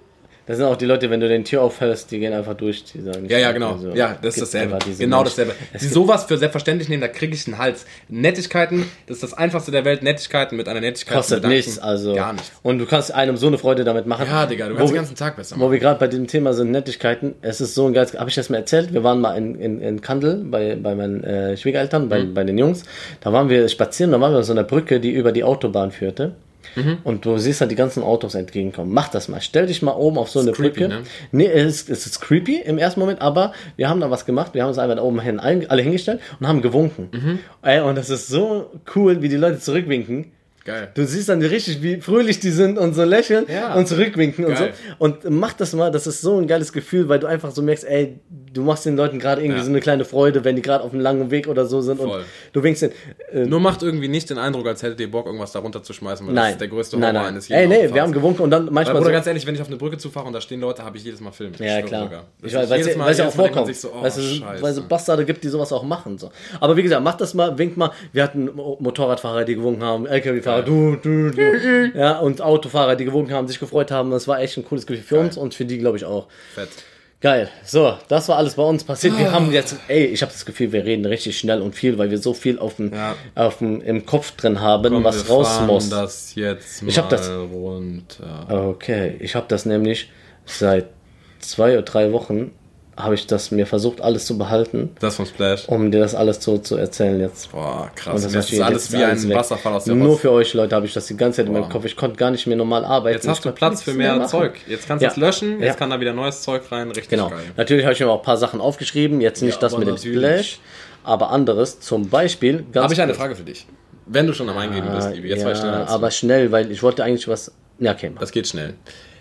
Das sind auch die Leute, wenn du den Tür aufhörst, die gehen einfach durch. Die sagen nicht Ja, ja, genau. so. Ja, das ist dasselbe. Genau dasselbe. Die sowas für selbstverständlich nehmen, da kriege ich einen Hals. Nettigkeiten, das ist das Einfachste der Welt. Nettigkeiten mit einer Nettigkeit. Kostet nichts, also. Gar nichts. Und du kannst einem so eine Freude damit machen. Ja, Digga, du kannst den ganzen Tag besser machen. Wo wir gerade bei dem Thema sind, Nettigkeiten. Es ist so ein geiles, habe ich das mal erzählt? Wir waren mal in, in, in Kandel bei, bei meinen äh, Schwiegereltern, bei, mhm. bei den Jungs. Da waren wir spazieren, da waren wir auf so einer Brücke, die über die Autobahn führte. Mhm. Und du siehst halt die ganzen Autos entgegenkommen. Mach das mal. Stell dich mal oben auf so eine creepy, Brücke. Ne? Nee, es ist, es ist creepy im ersten Moment, aber wir haben da was gemacht. Wir haben uns einfach da oben hin alle hingestellt und haben gewunken. Mhm. Ey, und das ist so cool, wie die Leute zurückwinken. Geil. Du siehst dann richtig, wie fröhlich die sind und so lächeln ja. und zurückwinken Geil. und so. Und mach das mal, das ist so ein geiles Gefühl, weil du einfach so merkst, ey, du machst den Leuten gerade irgendwie ja. so eine kleine Freude, wenn die gerade auf einem langen Weg oder so sind. Voll. Und du winkst den. Äh, Nur macht irgendwie nicht den Eindruck, als hättet ihr Bock, irgendwas da runter zu schmeißen, weil nein. das ist der größte Horror nein, nein. eines jeden Ey, nee, Auffahrs. Wir haben gewunken und dann manchmal. Oder so ganz ehrlich, wenn ich auf eine Brücke zufahre und da stehen Leute, habe ich jedes Mal Film. Ja, klar. Ich weiß, weil es ja auch vorkommt. So, oh, weil es so Bastarde gibt, die sowas auch machen. So. Aber wie gesagt, mach das mal, wink mal. Wir hatten Motorradfahrer, die gewunken haben, L K W-Fahrer, du, du, du. Ja, und Autofahrer, die gewunken haben, sich gefreut haben. Das war echt ein cooles Gefühl für Geil. uns und für die, glaube ich, auch. Fett. Geil. So, das war alles bei uns passiert. Wir haben jetzt, ey, ich habe das Gefühl, wir reden richtig schnell und viel, weil wir so viel auf dem, ja. auf dem im Kopf drin haben, Komm, was wir raus muss. Das jetzt mal ich habe das runter. Okay, ich habe das nämlich seit zwei oder drei Wochen habe ich das mir versucht, alles zu behalten. Das von Splash. Um dir das alles so zu erzählen jetzt. Boah, krass. Und das, das ist alles wie ein Wasserfall aus der Nur Rost. Für euch, Leute, habe ich das die ganze Zeit Boah. in meinem Kopf. Ich konnte gar nicht mehr normal arbeiten. Jetzt hast du Platz für mehr, mehr Zeug. Jetzt kannst du ja. es löschen, jetzt ja. kann da wieder neues Zeug rein. Richtig genau. geil. Natürlich habe ich mir auch ein paar Sachen aufgeschrieben. Jetzt nicht ja, das mit dem Splash, aber anderes. Zum Beispiel... Habe ich eine Frage für dich. Wenn du schon am Eingeben bist, Ibi. Jetzt ja, war ich schneller als aber du. schnell, weil ich wollte eigentlich was... Ja, okay. Das geht schnell.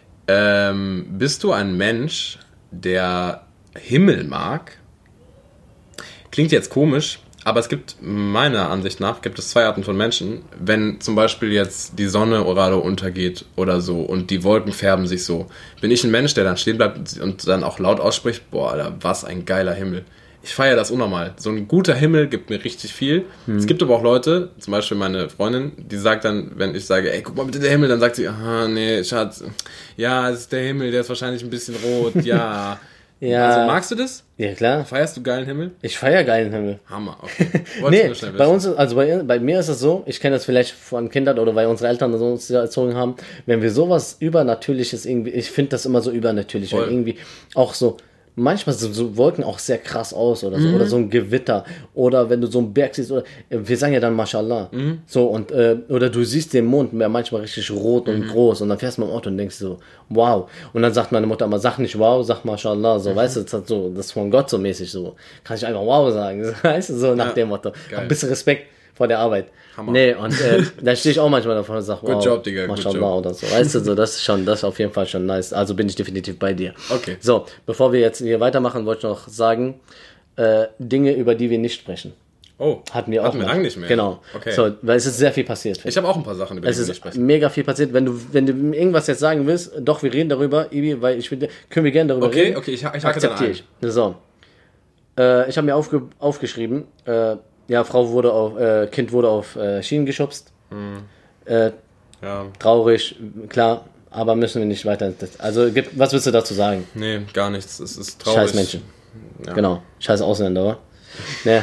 Ähm, bist du ein Mensch, der Himmel mag? Klingt jetzt komisch, aber es gibt, meiner Ansicht nach, gibt es zwei Arten von Menschen. Wenn zum Beispiel jetzt die Sonne gerade untergeht oder so und die Wolken färben sich so, bin ich ein Mensch, der dann stehen bleibt und dann auch laut ausspricht, boah, Alter, was ein geiler Himmel. Ich feiere das unnormal. So ein guter Himmel gibt mir richtig viel. Hm. Es gibt aber auch Leute, zum Beispiel meine Freundin, die sagt dann, wenn ich sage, ey, guck mal bitte der Himmel, dann sagt sie, ah, nee, Schatz, ja, es ist der Himmel, der ist wahrscheinlich ein bisschen rot, ja. Ja. Also magst du das? Ja, klar. Feierst du geilen Himmel? Ich feiere geilen Himmel. Hammer, okay. Nee, bei uns, also bei, bei mir ist es so, ich kenne das vielleicht von Kindern oder weil unsere Eltern so uns erzogen haben, wenn wir sowas Übernatürliches irgendwie, ich finde das immer so übernatürlich, weil irgendwie auch so, manchmal sind so Wolken auch sehr krass aus oder so, mhm. oder so ein Gewitter oder wenn du so einen Berg siehst, oder wir sagen ja dann Mashallah, mhm. so und äh, oder du siehst den Mond manchmal richtig rot mhm. und groß und dann fährst du mal im Auto und denkst so, wow, und dann sagt meine Mutter immer, sag nicht wow, sag Mashallah, so, mhm. weißt du, das, hat so, das ist von Gott so mäßig, so, kann ich einfach wow sagen, weißt du, so nach ja. dem Motto, Geil. Ein bisschen Respekt vor der Arbeit. Hammer. Nee, und äh, da stehe ich auch manchmal davon und sage, wow, good job, Digga, Mashallah oder so. Weißt du, so, das ist schon, das ist auf jeden Fall schon nice. Also bin ich definitiv bei dir. Okay. So, bevor wir jetzt hier weitermachen, wollte ich noch sagen, äh, Dinge, über die wir nicht sprechen. Oh, hatten wir auch hatten wir lange nicht mehr. Genau. Okay. So, weil es ist sehr viel passiert. Ich habe auch ein paar Sachen, über die wir nicht sprechen. Es ist mega viel passiert. Wenn du, wenn du irgendwas jetzt sagen willst, doch, wir reden darüber, Ibi, weil ich will, können wir gerne darüber okay, reden. Okay, okay, ich, ich akzeptiere ich. So. Äh, ich habe mir aufge, aufgeschrieben, äh, ja, Frau wurde auf, äh, Kind wurde auf äh, Schienen geschubst. Hm. Äh, ja. Traurig, klar, aber müssen wir nicht weiter. Also, gibt, was willst du dazu sagen? Nee, gar nichts. Es ist traurig. Scheiß Menschen. Ja. Genau, scheiß Ausländer, oder? Nee.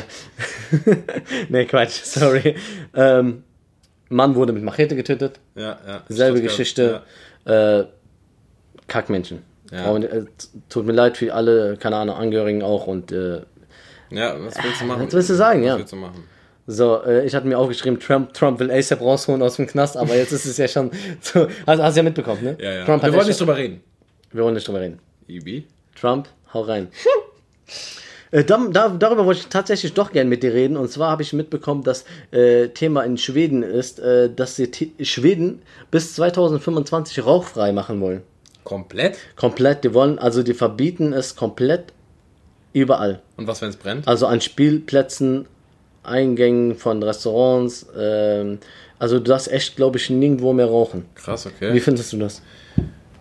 Nee, Quatsch, sorry. Ähm, Mann wurde mit Machete getötet. Ja, ja. Selbe Geschichte. Ja. Äh, Kackmenschen. Ja. Und, äh, tut mir leid für alle, keine Ahnung, Angehörigen auch und äh, ja, was willst du machen? Was willst du sagen, was ja. Willst du machen? So, äh, ich hatte mir aufgeschrieben, Trump, Trump will ASAP rausholen aus dem Knast, aber jetzt ist es ja schon so, hast, hast du ja mitbekommen, ne? Ja, ja. Trump wir wollen nicht drüber reden. Wir wollen nicht drüber reden. Ibi? Trump, hau rein. äh, da, da, darüber wollte ich tatsächlich doch gern mit dir reden, und zwar habe ich mitbekommen, dass äh, Thema in Schweden ist, äh, dass sie T- Schweden bis zwanzig fünfundzwanzig rauchfrei machen wollen. Komplett? Komplett, die wollen, also die verbieten es komplett überall. Und was, wenn es brennt? Also an Spielplätzen, Eingängen von Restaurants, ähm, also du darfst echt, glaube ich, nirgendwo mehr rauchen. Krass, okay. Wie findest du das?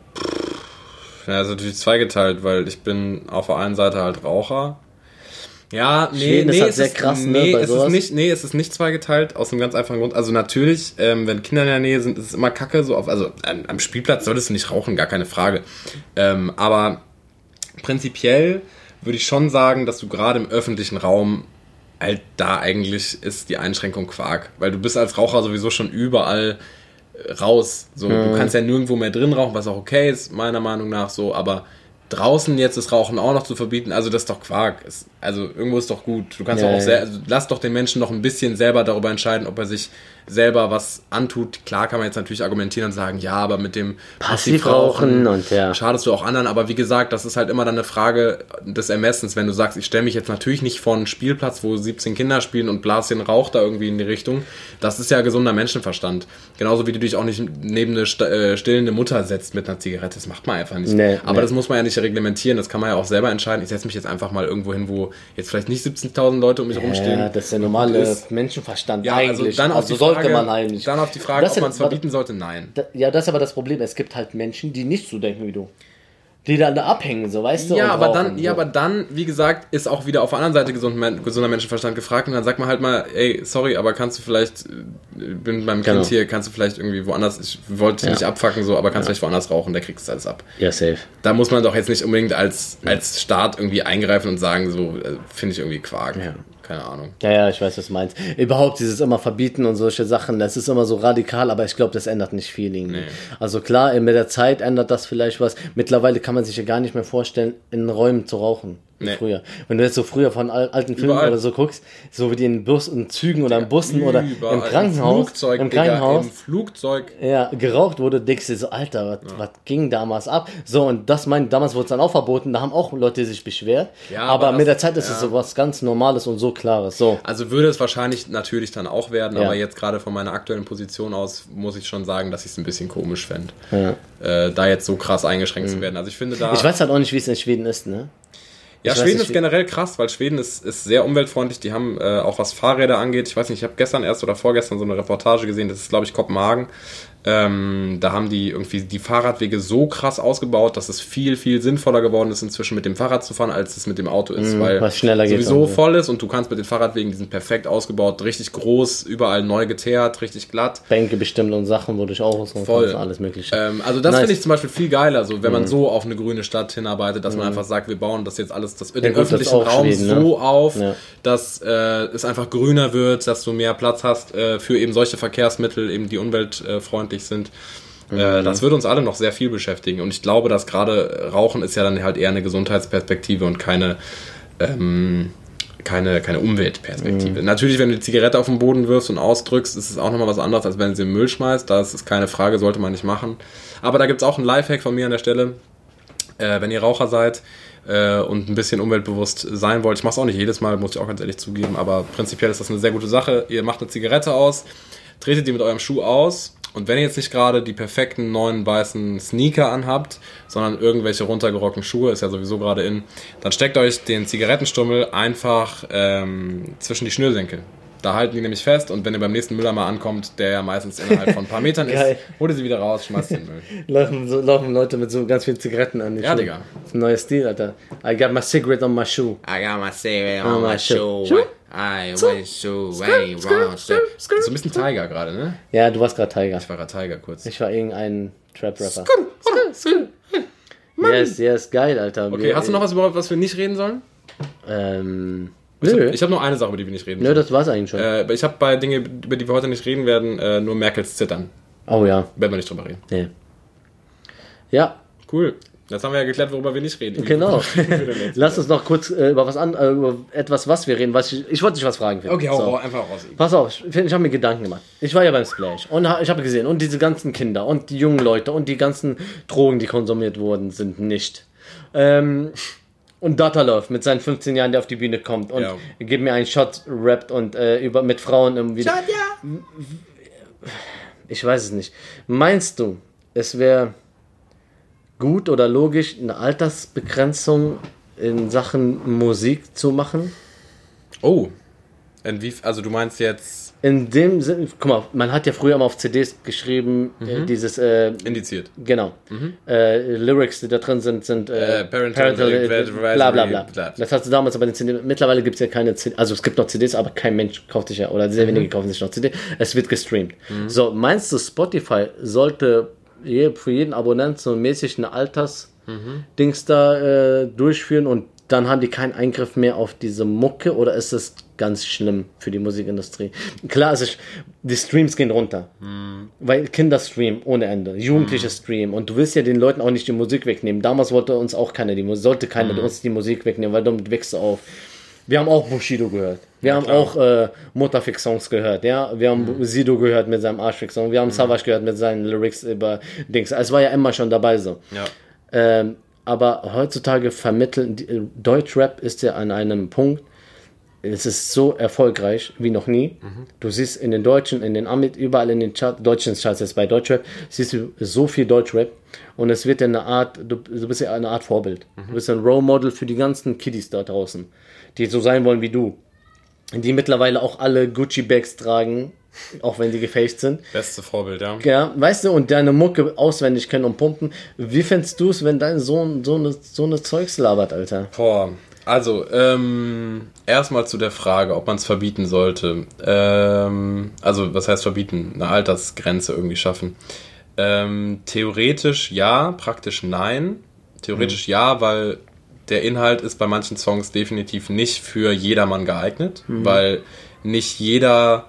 Ja, also natürlich zweigeteilt, weil ich bin auf der einen Seite halt Raucher, Ja, nee, Schweden nee, ist halt es sehr ist, krass, nee, ne, bei es sowas. ist nicht, nee, es ist nicht zweigeteilt, aus einem ganz einfachen Grund. Also natürlich, ähm, wenn Kinder in der Nähe sind, ist es immer kacke, so auf, also am, am Spielplatz solltest du nicht rauchen, gar keine Frage. Ähm, aber prinzipiell würde ich schon sagen, dass du gerade im öffentlichen Raum halt da eigentlich ist die Einschränkung Quark. Weil du bist als Raucher sowieso schon überall raus. So, Mhm. du kannst ja nirgendwo mehr drin rauchen, was auch okay ist, meiner Meinung nach so, aber draußen jetzt das Rauchen auch noch zu verbieten, also das ist doch Quark. Es, also irgendwo ist doch gut. Du kannst Ja, doch auch ja. sehr, also lass doch den Menschen noch ein bisschen selber darüber entscheiden, ob er sich selber was antut. Klar kann man jetzt natürlich argumentieren und sagen, ja, aber mit dem Passivrauchen und ja. schadest du auch anderen, aber wie gesagt, das ist halt immer dann eine Frage des Ermessens, wenn du sagst, ich stelle mich jetzt natürlich nicht vor einen Spielplatz, wo siebzehn Kinder spielen und blas den Rauch da irgendwie in die Richtung. Das ist ja gesunder Menschenverstand. Genauso wie du dich auch nicht neben eine st- äh, stillende Mutter setzt mit einer Zigarette. Das macht man einfach nicht. Nee, aber nee. das muss man ja nicht reglementieren, das kann man ja auch selber entscheiden. Ich setze mich jetzt einfach mal irgendwo hin, wo jetzt vielleicht nicht siebzehntausend Leute um mich rumstehen. Ja, das ist der normale Ist- Menschenverstand Ja, also eigentlich. dann auf Also die sollte Frage, man eigentlich. dann auf die Frage, Das ob ist- man es verbieten sollte, nein. Da- Ja, das ist aber das Problem. Es gibt halt Menschen, die nicht so denken wie du. Die dann da abhängen, so, weißt du? Ja, und aber rauchen, dann, so. ja, aber dann, wie gesagt, ist auch wieder auf der anderen Seite gesund, men- gesunder Menschenverstand gefragt und dann sagt man halt mal, ey, sorry, aber kannst du vielleicht, äh, bin beim Kind Genau. hier, kannst du vielleicht irgendwie woanders, ich wollte dich Ja. nicht abfacken, so, aber kannst vielleicht woanders rauchen, der kriegst du alles ab. Ja, safe. Da muss man doch jetzt nicht unbedingt als, als Staat irgendwie eingreifen und sagen, so, äh, finde ich irgendwie Quark. Ja. Keine Ahnung. Ja, ja, ich weiß, was du meinst. Überhaupt dieses immer verbieten und solche Sachen, das ist immer so radikal, aber ich glaube, das ändert nicht viel irgendwie. Nee. Also klar, mit der Zeit ändert das vielleicht was. Mittlerweile kann man sich ja gar nicht mehr vorstellen, in Räumen zu rauchen. Wie Nee. früher. Wenn du jetzt so früher von al- alten Filmen Überall. oder so guckst, so wie die in Bus und Zügen oder in Bussen oder Überall. im Krankenhaus, Im Flugzeug, im Digga, Krankenhaus, im Flugzeug. ja, geraucht wurde, denkst du so, Alter, was, was ging damals ab? So, und das mein, damals wurde es dann auch verboten, da haben auch Leute sich beschwert. Ja, aber aber mit das- der Zeit ist ja. es so was ganz Normales und so Klares. So. Also würde es wahrscheinlich natürlich dann auch werden, Ja. aber jetzt gerade von meiner aktuellen Position aus muss ich schon sagen, dass ich es ein bisschen komisch fände, Ja. äh, da jetzt so krass eingeschränkt zu werden. Also ich finde da... Ich weiß halt auch nicht, wie es in Schweden ist, ne? Ja, Ich weiß Schweden nicht, ist wie- generell krass, weil Schweden ist, ist sehr umweltfreundlich. Die haben äh, auch was Fahrräder angeht. Ich weiß nicht, ich habe gestern erst oder vorgestern so eine Reportage gesehen. Das ist, glaube ich, Kopenhagen. Ähm, da haben die irgendwie die Fahrradwege so krass ausgebaut, dass es viel, viel sinnvoller geworden ist, inzwischen mit dem Fahrrad zu fahren, als es mit dem Auto ist. Mm, weil was schneller geht sowieso und so. voll ist und du kannst mit den Fahrradwegen, die sind perfekt ausgebaut, richtig groß, überall neu geteert, richtig glatt. Bänke bestimmt und Sachen, wo du auch rauskommen Voll. kannst, alles mögliche. Ähm, also das Nice. finde ich zum Beispiel viel geiler, so wenn man so auf eine grüne Stadt hinarbeitet, dass man einfach sagt, wir bauen das jetzt alles, das, den gut, das ist öffentlichen auch Raum Schweden, ne? so auf, Ja. dass äh, es einfach grüner wird, dass du mehr Platz hast äh, für eben solche Verkehrsmittel, eben die umweltfreundlich sind. Äh, das wird uns alle noch sehr viel beschäftigen und ich glaube, dass gerade Rauchen ist ja dann halt eher eine Gesundheitsperspektive und keine ähm, keine, keine Umweltperspektive. Mhm. Natürlich, wenn du die Zigarette auf den Boden wirfst und ausdrückst, ist es auch nochmal was anderes, als wenn du sie im Müll schmeißt. Das ist keine Frage, sollte man nicht machen. Aber da gibt es auch einen Lifehack von mir an der Stelle. Äh, wenn ihr Raucher seid äh, und ein bisschen umweltbewusst sein wollt, ich mache es auch nicht jedes Mal, muss ich auch ganz ehrlich zugeben, aber prinzipiell ist das eine sehr gute Sache. Ihr macht eine Zigarette aus, tretet die mit eurem Schuh aus und wenn ihr jetzt nicht gerade die perfekten neuen weißen Sneaker anhabt, sondern irgendwelche runtergerockten Schuhe, ist ja sowieso gerade in, dann steckt euch den Zigarettenstummel einfach ähm, zwischen die Schnürsenkel. Da halten die nämlich fest und wenn ihr beim nächsten Müller mal ankommt, der ja meistens innerhalb von ein paar Metern ist, Geil. holt ihr sie wieder raus, schmeißt sie in den Müll. Laufen, so, laufen Leute mit so ganz vielen Zigaretten an. Ja, Digga. Das ist ein neuer Stil, Alter. I got my cigarette on my shoe. I got my cigarette on my shoe. Shoe? I want shoe, way wrong. So ein bisschen Tiger gerade, ne? Ja, du warst gerade Tiger. Ich war gerade Tiger kurz. Ich war irgendein Trap-Rapper. Yes, yes, geil, Alter. Okay, hast du noch was überhaupt, was wir nicht reden sollen? Ähm, Ich nö. habe hab nur eine Sache, über die wir nicht reden Nö, sollen. das war's eigentlich schon. Äh, ich habe bei Dingen, über die wir heute nicht reden werden, äh, nur Merkels Zittern. Oh ja. Werden wir nicht drüber reden. Nee. Ja, Cool. Jetzt haben wir ja geklärt, worüber wir nicht reden. genau. Worüber reden wir denn jetzt? Lass uns noch kurz äh, über was an, äh, über etwas, was wir reden. Was ich, ich wollte dich was fragen. Philipp. Okay, hau So. hau einfach raus. Pass auf, ich, ich habe mir Gedanken gemacht. Ich war ja beim Splash und ha, ich habe gesehen, und diese ganzen Kinder und die jungen Leute und die ganzen Drogen, die konsumiert wurden, sind nicht. Ähm, und Datalov mit seinen fünfzehn Jahren, der auf die Bühne kommt und Ja. gibt mir einen Shot, rappt und äh, über, mit Frauen irgendwie. Shot, ja. Ich weiß es nicht. Meinst du, es wäre gut oder logisch, eine Altersbegrenzung in Sachen Musik zu machen? Oh, Inwie- also du meinst jetzt In dem Sinne, guck mal, man hat ja früher mal auf C Ds geschrieben, mhm. äh, dieses, äh, indiziert. Genau. Mhm. Äh, Lyrics, die da drin sind, sind äh, äh, Parental, Parental äh, bla bla bla. bla. Das hast du damals aber den C D. Mittlerweile gibt es ja keine C D, also es gibt noch C Ds, aber kein Mensch kauft sich ja, oder sehr mhm. wenige kaufen sich noch C D. Es wird gestreamt. Mhm. So, meinst du, Spotify sollte je, für jeden Abonnent so mäßig eine Alters-Dings mhm. da äh, durchführen und dann haben die keinen Eingriff mehr auf diese Mucke oder ist das ganz schlimm für die Musikindustrie? Klar, es ist, die Streams gehen runter, mm. weil Kinder streamen ohne Ende, Jugendliche mm. streamen und du willst ja den Leuten auch nicht die Musik wegnehmen. Damals wollte uns auch keiner die Musik, sollte keiner mm. uns die Musik wegnehmen, weil damit wächst du auf. Wir haben auch Bushido gehört, wir ja, haben klar. auch äh, Mutterfix-Songs gehört, ja, wir haben mm. Sido gehört mit seinem Arschfix-Song, wir haben mm. Savage gehört mit seinen Lyrics über Dings. Es war ja immer schon dabei so. Ja. Ähm, Aber heutzutage vermitteln, Deutschrap ist ja an einem Punkt, es ist so erfolgreich wie noch nie. Mhm. Du siehst in den Deutschen, in den Amit, überall in den Charts, deutschen Charts jetzt bei Deutschrap, siehst du so viel Deutschrap und es wird ja eine Art, du, du bist ja eine Art Vorbild. Mhm. Du bist ein Role Model für die ganzen Kiddies da draußen, die so sein wollen wie du. Die mittlerweile auch alle Gucci-Bags tragen, auch wenn die gefaked sind. Beste Vorbild, ja. Ja, weißt du, und deine Mucke auswendig können und pumpen. Wie fändest du es, wenn dein Sohn so eine, so eine Zeugs labert, Alter? Boah, also, ähm, erstmal zu der Frage, ob man es verbieten sollte. Ähm, also, was heißt verbieten? Eine Altersgrenze irgendwie schaffen. Ähm, theoretisch ja, praktisch nein. Theoretisch mhm. ja, weil der Inhalt ist bei manchen Songs definitiv nicht für jedermann geeignet, mhm. weil nicht jeder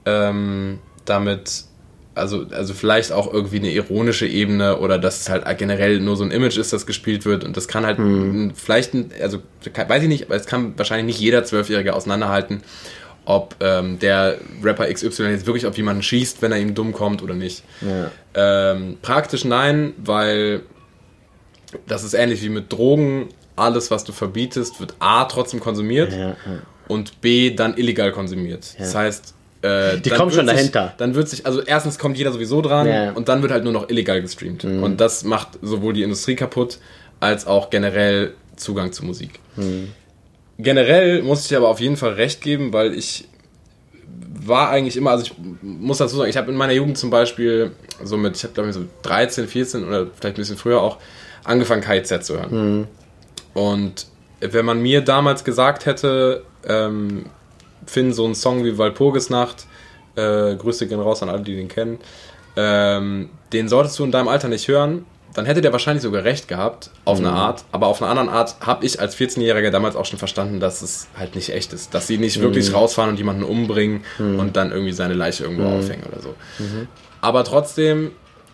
ähm, damit, also, also vielleicht auch irgendwie eine ironische Ebene oder dass es halt generell nur so ein Image ist, das gespielt wird und das kann halt mhm. vielleicht, also weiß ich nicht, aber es kann wahrscheinlich nicht jeder Zwölfjährige auseinanderhalten, ob ähm, der Rapper X Y jetzt wirklich auf jemanden schießt, wenn er ihm dumm kommt oder nicht. Ja. Ähm, praktisch nein, weil das ist ähnlich wie mit Drogen. Alles, was du verbietest, wird A, trotzdem konsumiert ja, ja. und B, dann illegal konsumiert. Ja. Das heißt, äh, die kommen schon sich, dahinter. Dann wird sich, also erstens kommt jeder sowieso dran ja. und dann wird halt nur noch illegal gestreamt. Mhm. Und das macht sowohl die Industrie kaputt, als auch generell Zugang zu Musik. Mhm. Generell muss ich dir aber auf jeden Fall recht geben, weil ich war eigentlich immer, also ich muss dazu sagen, ich habe in meiner Jugend zum Beispiel so mit, ich habe glaube ich so dreizehn, vierzehn oder vielleicht ein bisschen früher auch angefangen K I Z zu hören. Mhm. Und wenn man mir damals gesagt hätte, ähm, Finn, so ein Song wie Walpurgisnacht, äh, Grüße gehen raus an alle, die den kennen, ähm, den solltest du in deinem Alter nicht hören, dann hätte der wahrscheinlich sogar recht gehabt, auf mhm. eine Art, aber auf einer anderen Art habe ich als vierzehnjähriger damals auch schon verstanden, dass es halt nicht echt ist, dass sie nicht mhm. wirklich rausfahren und jemanden umbringen mhm. und dann irgendwie seine Leiche irgendwo mhm. aufhängen oder so. Mhm. Aber trotzdem,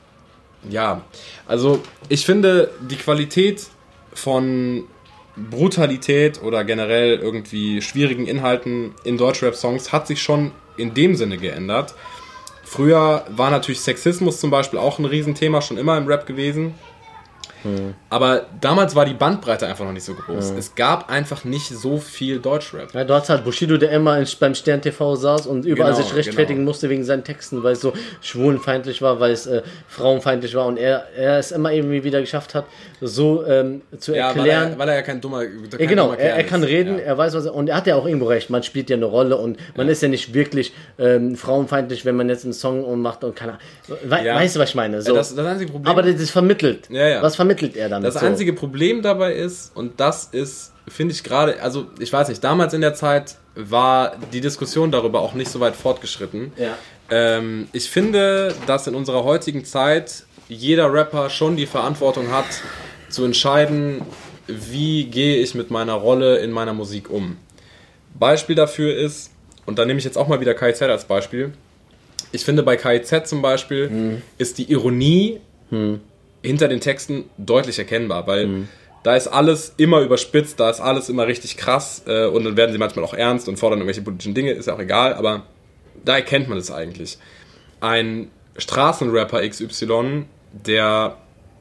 ja, also ich finde, die Qualität von Brutalität oder generell irgendwie schwierigen Inhalten in Deutschrap-Songs hat sich schon in dem Sinne geändert. Früher war natürlich Sexismus zum Beispiel auch ein Riesenthema, schon immer im Rap gewesen. Hm. Aber damals war die Bandbreite einfach noch nicht so groß. Hm. Es gab einfach nicht so viel Deutschrap. Ja, du hast halt Bushido, der immer in, beim Stern T V saß und überall genau, sich rechtfertigen genau. musste wegen seinen Texten, weil es so schwulenfeindlich war, weil es äh, frauenfeindlich war und er, er es immer irgendwie wieder geschafft hat, so ähm, zu erklären. Ja, weil er, weil er ja kein dummer kein ja, Genau, dummer er, er kann reden, ja. er weiß was er, und er hat ja auch irgendwo recht, man spielt ja eine Rolle und man ja. ist ja nicht wirklich ähm, frauenfeindlich, wenn man jetzt einen Song macht und keine We ja. Weißt du, was ich meine? So. Das, das einzige Problem, aber das ist vermittelt. Ja, ja. Was vermittelt er damit? Das so. einzige Problem dabei ist, und das ist, finde ich gerade, also ich weiß nicht, damals in der Zeit war die Diskussion darüber auch nicht so weit fortgeschritten. Ja. Ähm, ich finde, dass in unserer heutigen Zeit jeder Rapper schon die Verantwortung hat, zu entscheiden, wie gehe ich mit meiner Rolle in meiner Musik um. Beispiel dafür ist, und da nehme ich jetzt auch mal wieder K I Z als Beispiel, ich finde bei K I Z zum Beispiel hm. ist die Ironie hm. hinter den Texten deutlich erkennbar, weil mhm. da ist alles immer überspitzt, da ist alles immer richtig krass äh, und dann werden sie manchmal auch ernst und fordern irgendwelche politischen Dinge, ist ja auch egal, aber da erkennt man es eigentlich. Ein Straßenrapper X Y, der,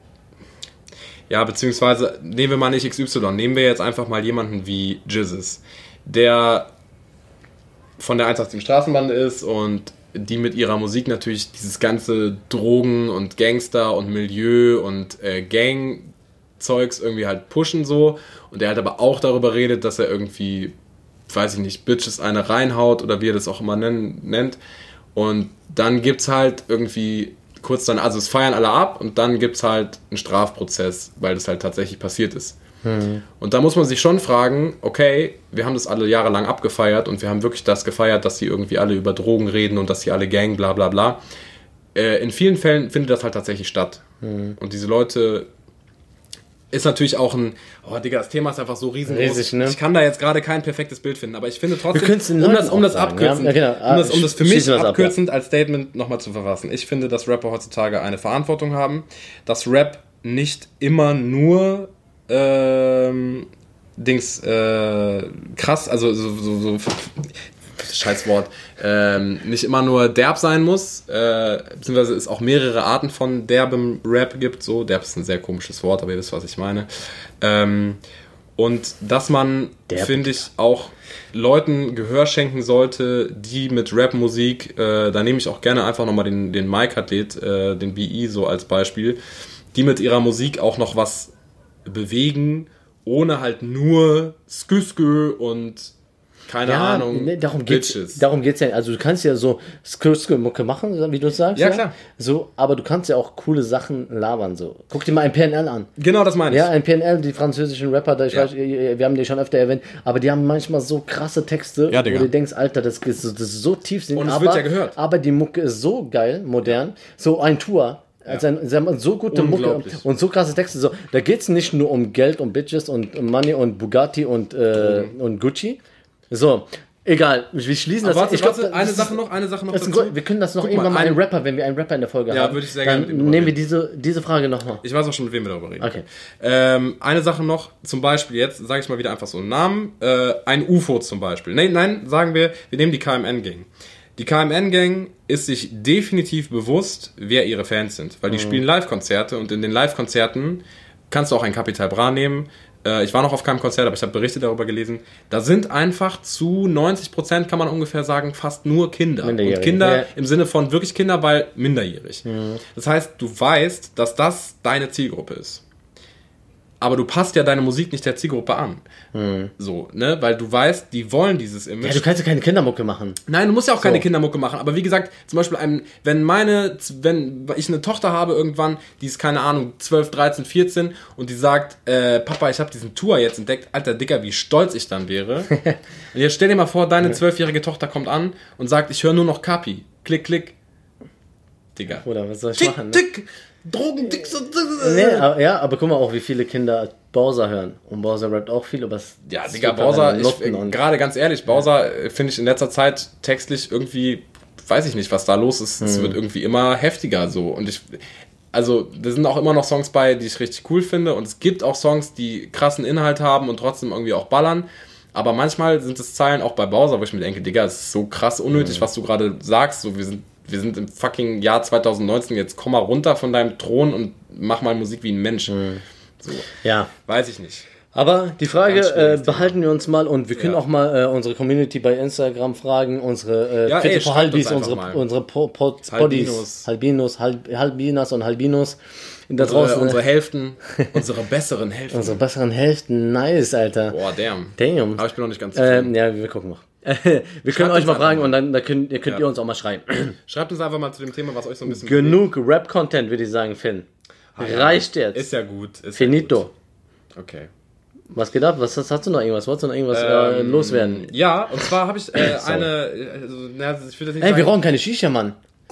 ja, beziehungsweise nehmen wir mal nicht X Y, nehmen wir jetzt einfach mal jemanden wie Jizzes, der von der eins acht sieben Straßenbande ist und die mit ihrer Musik natürlich dieses ganze Drogen und Gangster und Milieu und äh, Gang-Zeugs irgendwie halt pushen so und der halt aber auch darüber redet, dass er irgendwie weiß ich nicht, Bitches eine reinhaut oder wie ihr das auch immer nennen, nennt. Und dann gibt's halt irgendwie kurz dann, also es feiern alle ab und dann gibt's halt einen Strafprozess, weil das halt tatsächlich passiert ist. Hm. Und da muss man sich schon fragen, okay, wir haben das alle jahrelang abgefeiert und wir haben wirklich das gefeiert, dass die irgendwie alle über Drogen reden und dass die alle Gang, bla bla bla. Äh, in vielen Fällen findet das halt tatsächlich statt. Hm. Und diese Leute ist natürlich auch ein, oh Digga, das Thema ist einfach so riesengroß. Riesig, ne? Ich kann da jetzt gerade kein perfektes Bild finden, aber ich finde trotzdem, um das, um das abkürzend, ja? Ja, genau. um, das, um das für mich abkürzend ab, ja. als Statement nochmal zu verfassen. Ich finde, dass Rapper heutzutage eine Verantwortung haben, dass Rap nicht immer nur ähm, Dings äh, krass, also so, so, so scheiß Wort, ähm, nicht immer nur derb sein muss, äh, beziehungsweise es auch mehrere Arten von derbem Rap gibt, so, derb ist ein sehr komisches Wort, aber ihr wisst, was ich meine. Ähm, und dass man, finde ich, auch Leuten Gehör schenken sollte, die mit Rap-Musik, äh, da nehme ich auch gerne einfach nochmal den, den Mike-Athlet, äh, den B I so als Beispiel, die mit ihrer Musik auch noch was bewegen, ohne halt nur Skü-Skü und keine ja, Ahnung, ne, darum geht's, darum geht's ja. Also du kannst ja so Skü-Skü-Mucke machen, wie du sagst. Ja, ja, klar. So, aber du kannst ja auch coole Sachen labern. So. Guck dir mal ein P N L an. Genau, das meine ich. Ja, ein P N L, die französischen Rapper, da ich ja. weiß, wir haben die schon öfter erwähnt, aber die haben manchmal so krasse Texte, ja, wo du denkst, Alter, das ist, das ist so tiefsinnig. Und es aber, wird ja gehört. Aber die Mucke ist so geil, modern. So ein Tour. Also ja. sie haben so gute Mucke und so krasse Texte. So, da geht es nicht nur um Geld und Bitches und Money und Bugatti und, äh, mhm. und Gucci. So, egal. Wir schließen aber das. Warte, ich glaub, warte, eine Sache noch, eine Sache noch dazu. Grund, wir können das noch Guck irgendwann mal, ein, mal einen Rapper, wenn wir einen Rapper in der Folge ja, haben. Würde ich sehr dann gerne nehmen wir diese, diese Frage nochmal. Ich weiß auch schon, mit wem wir darüber reden. Okay. Ähm, eine Sache noch, zum Beispiel jetzt, sage ich mal wieder einfach so einen Namen. Äh, ein U F O zum Beispiel. Nein, nein, sagen wir, wir nehmen die K M N-Gang. Die K M N-Gang ist sich definitiv bewusst, wer ihre Fans sind. Weil die mhm. spielen Live-Konzerte und in den Live-Konzerten kannst du auch ein Capital Bra nehmen. Äh, ich war noch auf keinem Konzert, aber ich habe Berichte darüber gelesen. Da sind einfach zu neunzig Prozent, kann man ungefähr sagen, fast nur Kinder. Und Kinder ja. im Sinne von wirklich Kinder, weil minderjährig. Mhm. Das heißt, du weißt, dass das deine Zielgruppe ist. Aber du passt ja deine Musik nicht der Zielgruppe an. Hm. So, ne? Weil du weißt, die wollen dieses Image. Ja, du kannst ja keine Kindermucke machen. Nein, du musst ja auch so. keine Kindermucke machen. Aber wie gesagt, zum Beispiel, ein, wenn meine, wenn ich eine Tochter habe irgendwann, die ist, keine Ahnung, zwölf, dreizehn, vierzehn und die sagt, äh, Papa, ich habe diesen Tour jetzt entdeckt. Alter, Dicker, wie stolz ich dann wäre. Und jetzt stell dir mal vor, deine zwölfjährige Tochter kommt an und sagt, ich höre nur noch Kapi. Klick, klick. Digga. Oder was soll ich tick, machen? Ne? Tick. Drogen, Dick, so. Nee, aber, ja, aber guck mal auch, wie viele Kinder Bowser hören. Und Bowser rappt auch viel über das. Ja, Digga, Bowser, gerade ganz ehrlich, Bowser ja. finde ich in letzter Zeit textlich irgendwie, weiß ich nicht, was da los ist. Es hm. wird irgendwie immer heftiger so. Und ich, also, da sind auch immer noch Songs bei, die ich richtig cool finde. Und es gibt auch Songs, die krassen Inhalt haben und trotzdem irgendwie auch ballern. Aber manchmal sind es Zeilen auch bei Bowser, wo ich mir denke, Digga, es ist so krass unnötig, hm. was du gerade sagst. So, wir sind Wir sind im fucking Jahr zwanzig neunzehn, jetzt komm mal runter von deinem Thron und mach mal Musik wie ein Mensch. Mhm. So. Ja. Weiß ich nicht. Aber die Frage äh, behalten wir uns mal und wir können ja. auch mal äh, unsere Community bei Instagram fragen, unsere äh, ja, ey, Halbis, unsere, unsere po, po, Halbinos. Halbinos, Halb, Halbinas und Halbinos. Da unsere, draußen, unsere Hälften, unsere besseren Hälften. Unsere besseren Hälften, nice, Alter. Boah, damn. Damn. Aber ich bin noch nicht ganz zufrieden. Ähm, ja, wir gucken noch. wir Schreibt können euch mal fragen mal. und dann da könnt, ihr könnt ja. ihr uns auch mal schreiben. Schreibt uns einfach mal zu dem Thema, was euch so ein bisschen... Genug Rap-Content, würde ich sagen, Finn. Ah, reicht jetzt. Ist ja gut. Ist Finito. Ja gut. Okay. Was geht ab? Was hast, hast du noch irgendwas? Wolltest du noch irgendwas ähm, äh, loswerden? Ja, und zwar habe ich äh, eine... Also, na, ich will das nicht Ey, sagen. wir rauchen keine Shisha, Mann.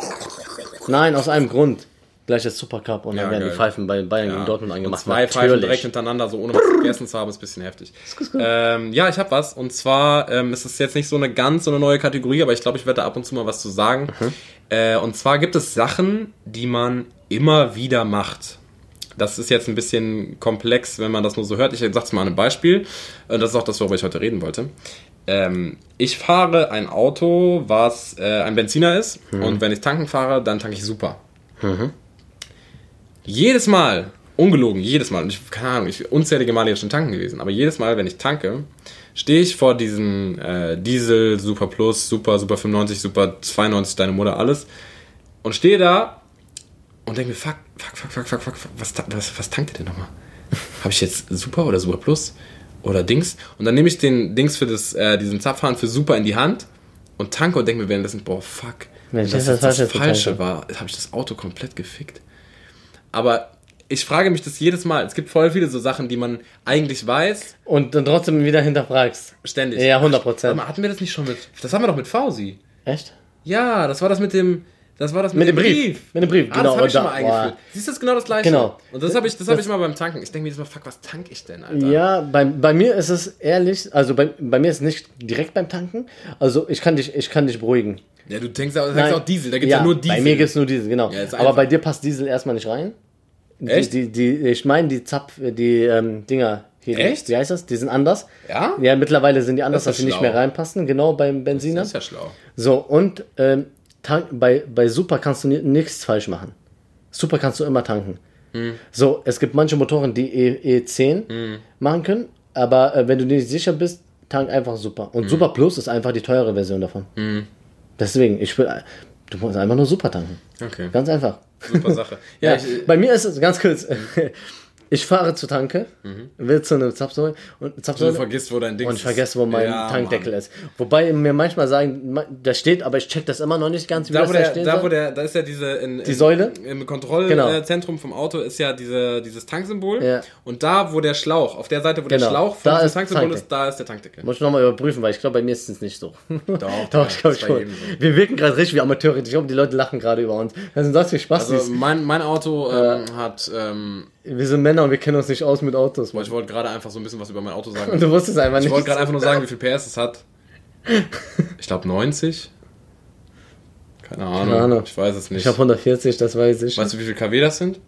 Nein, aus einem Grund. Gleich das Supercup und ja, dann werden geil. die Pfeifen bei Bayern ja. gegen Dortmund angemacht. Und zwei Pfeifen direkt hintereinander, so ohne was vergessen zu haben, ist ein bisschen heftig. Ähm, ja, ich habe was. Und zwar ähm, ist es jetzt nicht so eine ganz so eine neue Kategorie, aber ich glaube, ich werde da ab und zu mal was zu sagen. Mhm. Äh, und zwar gibt es Sachen, die man immer wieder macht. Das ist jetzt ein bisschen komplex, wenn man das nur so hört. Ich sag's mal an einem Beispiel. Das ist auch das, worüber ich heute reden wollte. Ähm, ich fahre ein Auto, was äh, ein Benziner ist. Mhm. Und wenn ich tanken fahre, dann tanke ich super. Mhm. Jedes Mal, ungelogen, jedes Mal, und ich, keine Ahnung, ich unzählige Male jetzt schon tanken gewesen, aber jedes Mal, wenn ich tanke, stehe ich vor diesen äh, Diesel, Super Plus, Super, Super fünfundneunzig, Super zweiundneunzig, deine Mutter, alles, und stehe da und denke mir, fuck, fuck, fuck, fuck, fuck, fuck, was, was, was tankt ihr denn nochmal? Habe ich jetzt Super oder Super Plus? oder Dings. Und dann nehme ich den Dings für das, äh, diesen Zapfhahn für Super in die Hand und tanke und denke mir währenddessen, boah, fuck. Wenn das das, das, das Falsche war, habe ich das Auto komplett gefickt. Aber ich frage mich das jedes Mal. Es gibt voll viele so Sachen, die man eigentlich weiß. Und dann trotzdem wieder hinterfragst. Ständig. Ja, hundert Prozent. Ach, hatten wir das nicht schon mit... Das haben wir doch mit Fausi. Echt? Ja, das war das mit dem... Das war das mit, mit dem Brief. Brief. Mit dem Brief, ah, genau. Das habe ich da, schon mal eingeführt. Boah. Siehst du, das ist genau das Gleiche. Genau. Und das habe ich, das hab ich mal beim Tanken. Ich denke mir jedes Mal, fuck, was tank ich denn, Alter? Ja, bei, bei mir ist es ehrlich, also bei, bei mir ist es nicht direkt beim Tanken. Also ich kann dich, ich kann dich beruhigen. Ja, du denkst auch, sagst auch Diesel, da gibt es ja, ja nur Diesel. Bei mir gibt es nur Diesel, genau. Ja, aber bei dir passt Diesel erstmal nicht rein. Echt? Die, die, die, ich meine, die Zapf, die ähm, Dinger hier. Echt? Wie heißt das? Die sind anders. Ja? Ja, mittlerweile sind die anders, Das ist dass sie schlau. nicht mehr reinpassen, genau beim Benziner. Das ist ja schlau. So, und ähm, tank, bei, bei Super kannst du nichts falsch machen. Super kannst du immer tanken. Hm. So, es gibt manche Motoren, die E zehn hm. machen können, aber äh, wenn du dir nicht sicher bist, tank einfach Super. Und hm. Super Plus ist einfach die teure Version davon. Hm. Deswegen, ich will, du musst einfach nur Super tanken. Okay. Ganz einfach. Super Sache. Ja, ja ich, bei mir ist es, ganz kurz, ich fahre zur Tanke, mhm. will zu einer Zapfsäule und Zapfsäule du vergisst, wo dein Ding ist. Und ich vergesse, wo mein ja, Tankdeckel Mann. ist. Wobei mir manchmal sagen, da steht, aber ich check das immer noch nicht ganz, wie da, das wo da der, steht. Da, wo der, da ist ja diese... In, die in, Säule? Im Kontrollzentrum genau. vom Auto ist ja diese, dieses Tanksymbol. Ja. Und da, wo der Schlauch, auf der Seite, wo genau. der Schlauch von diesem Tanksymbol Tankdeckel. ist, da ist der Tankdeckel. Muss ich nochmal überprüfen, weil ich glaube, bei mir ist es nicht so. Doch, Doch, ich glaube schon. So. Wir wirken gerade richtig wie Amateure. Ich glaube, die Leute lachen gerade über uns. Das sind das für Spaß. Also mein, mein Auto ähm, äh, hat... Ähm, wir sind Männer und wir kennen uns nicht aus mit Autos. Ich wollte gerade einfach so ein bisschen was über mein Auto sagen. Und du wusstest einfach nicht. Ich wollte gerade einfach nur sagen, wie viel P S es hat. Ich glaube neunzig. Keine Ahnung. Keine Ahnung. Ich weiß es nicht. Ich habe hundertvierzig, das weiß ich. Weißt du, wie viel K W das sind?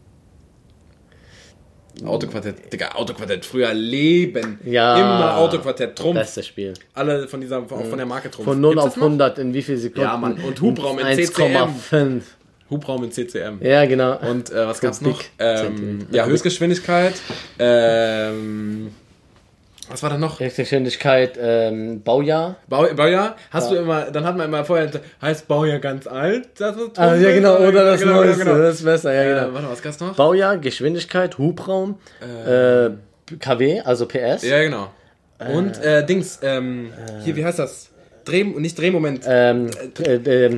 Autoquartett, Digga, Autoquartett, früher Leben. Ja. Immer Autoquartett, Trumpf. Bestes Spiel. Alle von dieser, von, von der Marke Trumpf. Von null auf hundert in wie viel Sekunden? Ja, Mann. Und Hubraum in C C M. eins Komma fünf. Hubraum in C C M. Ja, genau. Und äh, was gab's noch? Ähm, ja, Höchstgeschwindigkeit. Ähm, was war da noch? Höchstgeschwindigkeit, ähm, Baujahr. Bau, Baujahr? Hast ja. du immer, dann hat man immer vorher, heißt Baujahr ganz alt? Das ist ah, ja, genau, oder das genau, Neueste, genau. das ist besser, ja, genau. Äh, warte, was gab's noch? Baujahr, Geschwindigkeit, Hubraum, äh, äh, K W, also P S. Ja, genau. Und, äh, Dings, ähm, äh, hier, wie heißt das? Dreh, nicht Drehmoment. Ähm, äh, äh,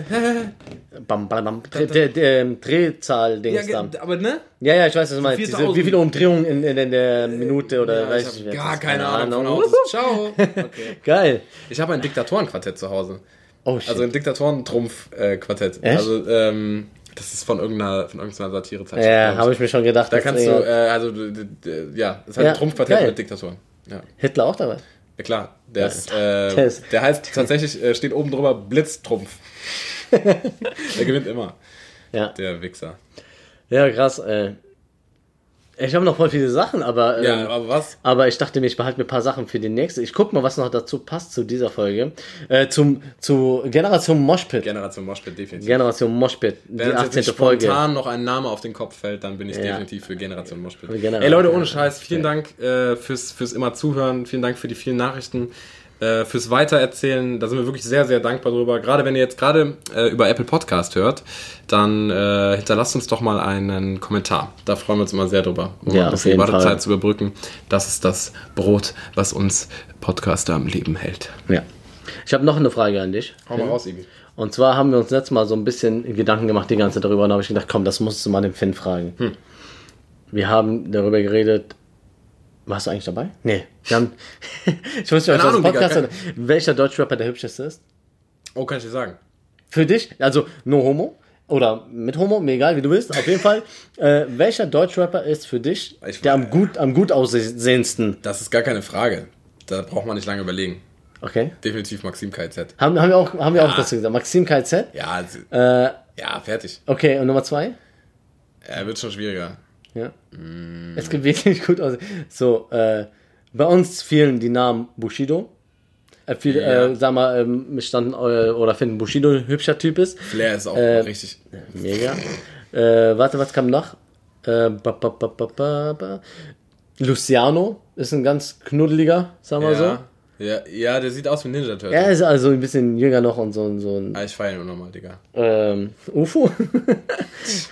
bam, bam, bam, Dreh, Dreh, Dreh, Drehzahl-Dings ja, da. Aber ne? Ja, ja, ich weiß, was du meinst. Diese, wie viele Umdrehungen in, in, in der Minute oder ja, weiß ich ich nicht. Gar keine Ahnung. Ahnung. Ciao. Okay. Geil. Ich habe ein Diktatorenquartett zu Hause. Oh shit. Also ein Diktatoren-Trumpf-Quartett. Echt? Also, ähm, das ist von irgendeiner, von irgendeiner Satire-Zeitschrift. Ja, habe ich mir schon gedacht. Da kannst du, äh, also, ja, das ist halt ja, ein Trumpfquartett geil. mit Diktatoren. Ja. Hitler auch dabei? Ja klar, der, ist, äh, der heißt tatsächlich, äh, steht oben drüber Blitztrumpf. Der gewinnt immer. Ja. Der Wichser. Ja, krass, ey. Ich habe noch voll viele Sachen, aber... Ähm, ja, aber was? Aber ich dachte mir, ich behalte mir ein paar Sachen für die nächste. Ich guck mal, was noch dazu passt zu dieser Folge. Äh, zum, zu Generation Moshpit. Generation Moshpit, definitiv. Generation Moshpit, die achtzehnte Folge. Wenn spontan noch ein Name auf den Kopf fällt, dann bin ich ja. definitiv für Generation Moshpit. Ey Leute, ohne Scheiß, vielen Dank äh, fürs, fürs immer Zuhören, vielen Dank für die vielen Nachrichten, äh, fürs Weitererzählen. Da sind wir wirklich sehr, sehr dankbar drüber. Gerade wenn ihr jetzt gerade äh, über Apple Podcast hört, dann äh, hinterlasst uns doch mal einen Kommentar. Da freuen wir uns immer sehr drüber, um ja, ein bisschen die Wartezeit zu überbrücken. Das ist das Brot, was uns Podcaster am Leben hält. Ja. Ich habe noch eine Frage an dich. Hau mal raus, Iggy. Und zwar haben wir uns letztes Mal so ein bisschen Gedanken gemacht, die ganze Zeit darüber. Und da habe ich gedacht, komm, das musst du mal den Finn fragen. Hm. Wir haben darüber geredet. Warst du eigentlich dabei? Nee. Wir haben, ich wusste nicht, was Podcast Digga, welcher Deutschrapper der hübscheste ist. Oh, kann ich dir sagen. Für dich? Also, no homo. Oder mit Homo, mir egal, wie du willst. Auf jeden Fall. Äh, welcher Deutschrapper ist für dich ich der am gut, am gut aussehendsten? Das ist gar keine Frage. Da braucht man nicht lange überlegen. Okay. Definitiv Maxim K Z. Haben, haben wir auch, haben wir ja. auch dazu gesagt. Maxim K Z? Ja. Äh, ja, fertig. Okay, und Nummer zwei? Ja, wird schon schwieriger. Ja. Mm. Es gibt wirklich gut aus. So, äh, bei uns fehlen die Namen Bushido. Äh, viel, ja. äh, sag mal, ähm, standen äh, oder finden Bushido ein hübscher Typ ist. Flair ist auch äh, richtig. Mega. äh, warte, was kam noch? Äh, ba, ba, ba, ba, ba, ba. Luciano ist ein ganz knuddeliger, sagen wir ja. so. Ja, ja, der sieht aus wie Ninja Turtle. Er ist also ein bisschen jünger noch und so, so ein. Ah, ich feiere ihn nochmal, Digga. Ähm, U F O?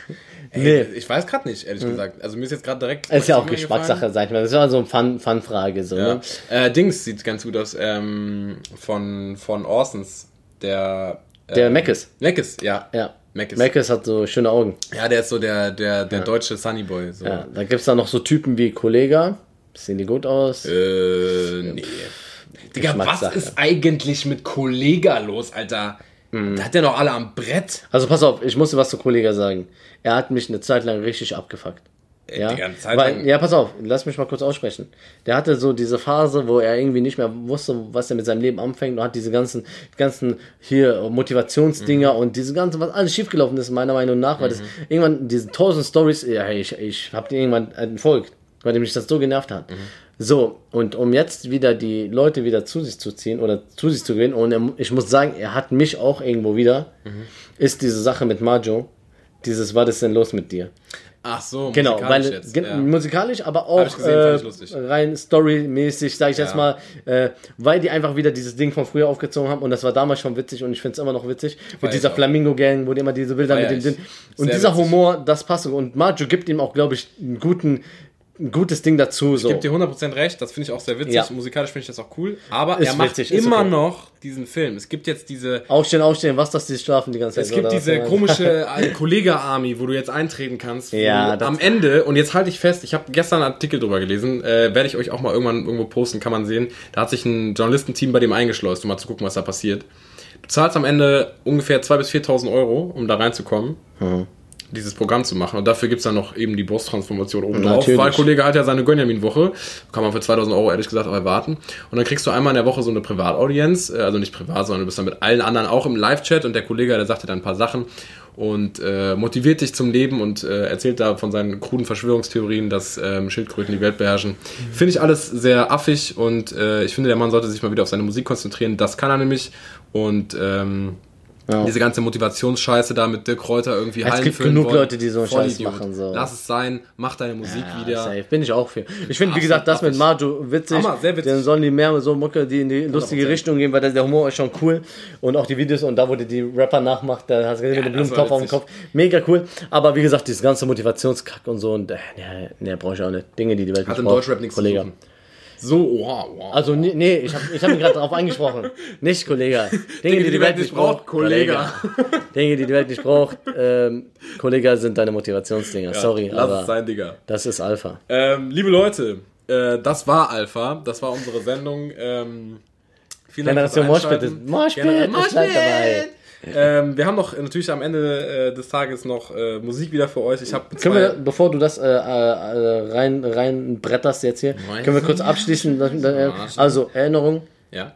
Ey, Nee. ich weiß gerade nicht, ehrlich mhm. gesagt. Also mir ist jetzt gerade direkt... Ist ja auch Geschmackssache, sag ich mal. Das war so eine Fun, Fun-Frage. So, ja. ne? äh, Dings sieht ganz gut aus. Ähm, von, von Orsons. Der... Ähm, Der Meckes. Meckes, ja. Ja. Meckes. Meckes hat so schöne Augen. Ja, der ist so der, der, der ja. deutsche Sunnyboy. So. Ja, da gibt es dann noch so Typen wie Kollega. Sehen die gut aus? Äh, nee. Digga, was ist eigentlich mit Kollega los, Alter? Mhm. Da hat der noch alle am Brett. Also pass auf, ich musste was zu Kollega sagen. Er hat mich eine Zeit lang richtig abgefuckt. Ja, die ganze Zeit Weil, lang. ja, pass auf, lass mich mal kurz aussprechen. Der hatte so diese Phase, wo er irgendwie nicht mehr wusste, was er mit seinem Leben anfängt und hat diese ganzen, ganzen hier Motivationsdinger mhm. und diese ganzen, was alles schiefgelaufen ist, meiner Meinung nach, weil mhm. das irgendwann diese tausend Stories, ja, ich, ich hab den irgendwann entfolgt, weil mich das so genervt hat. Mhm. So, und um jetzt wieder die Leute wieder zu sich zu ziehen oder zu sich zu gewinnen, und er, ich muss sagen, er hat mich auch irgendwo wieder, mhm. ist diese Sache mit Majo, dieses, was ist denn los mit dir? Ach so, genau, musikalisch weil jetzt. Ge- ja. musikalisch, aber auch gesehen, äh, rein storymäßig, sage ich ja. jetzt mal, äh, weil die einfach wieder dieses Ding von früher aufgezogen haben und das war damals schon witzig und ich finde es immer noch witzig mit Weiß dieser Flamingo-Gang, wo die immer diese Bilder Weiß mit dem ich. Ding und Sehr dieser witzig. Humor, das passt und Majo gibt ihm auch, glaube ich, einen guten ein gutes Ding dazu. So. Ich gebe dir hundert Prozent recht, das finde ich auch sehr witzig. Ja. Musikalisch finde ich das auch cool. Aber Ist er macht witzig, ist immer okay. noch diesen Film. Es gibt jetzt diese... Aufstehen, aufstehen, was das die Strafen die ganze Zeit. Es gibt oder diese was? komische Kollega-Army, wo du jetzt eintreten kannst. Ja, am Ende, und jetzt halte ich fest, ich habe gestern einen Artikel drüber gelesen, äh, werde ich euch auch mal irgendwann irgendwo posten, kann man sehen. Da hat sich ein Journalistenteam bei dem eingeschleust, um mal zu gucken, was da passiert. Du zahlst am Ende ungefähr zweitausend bis viertausend Euro, um da reinzukommen. Mhm. Dieses Programm zu machen. Und dafür gibt es dann noch eben die Boss-Transformation oben drauf. Weil der Kollege hat ja seine Gönjamin-Woche. Kann man für zweitausend Euro ehrlich gesagt auch erwarten. Und dann kriegst du einmal in der Woche so eine Privataudienz. Also nicht privat, sondern du bist dann mit allen anderen auch im Live-Chat. Und der Kollege, der sagt dir dann ein paar Sachen und äh, motiviert dich zum Leben und äh, erzählt da von seinen kruden Verschwörungstheorien, dass ähm, Schildkröten die Welt beherrschen. Mhm. Finde ich alles sehr affig. Und äh, ich finde, der Mann sollte sich mal wieder auf seine Musik konzentrieren. Das kann er nämlich. Und ähm, ja. diese ganze Motivationsscheiße da mit Dirk Kräuter irgendwie heilen. Es gibt genug wollen. Leute, die so einen Scheiß machen. So. Lass es sein, mach deine Musik ja, wieder. Safe. Bin ich auch für. Ich finde, wie gesagt, das mit Majo witzig. Hammer, sehr witzig. Dann sollen die mehr so Mucke, die in die lustige Richtung gehen, weil der Humor ist schon cool. Und auch die Videos und da, wo die, die Rapper nachmacht, da hast du ja, mit dem Blumentopf auf dem Kopf. Mega cool. Aber wie gesagt, dieses ganze Motivationskack und so, und ne, ne, brauche ich auch nicht. Dinge, die die Welt hat im Deutschrap nichts zu suchen. So, wow, wow. Also, nee, nee ich habe ich hab ihn gerade darauf angesprochen. Nicht, Kollege. Dinge, Dinge, die die, die Welt, Welt nicht braucht, Kollege. Dinge, die die Welt nicht braucht, ähm, Kollege, sind deine Motivationsdinger. Ja, Sorry, lass aber es sein, Digga. Das ist Alpha. Ähm, liebe Leute, äh, das war Alpha. Das war unsere Sendung. Ähm, vielen Generation Moshpit. Moshpit ist dabei. Ähm, wir haben noch natürlich am Ende äh, des Tages noch äh, Musik wieder für euch. Ich hab können wir, bevor du das äh, äh, rein, rein bretterst jetzt hier, Weiß können wir kurz abschließen. Äh, also, Erinnerung. Ja.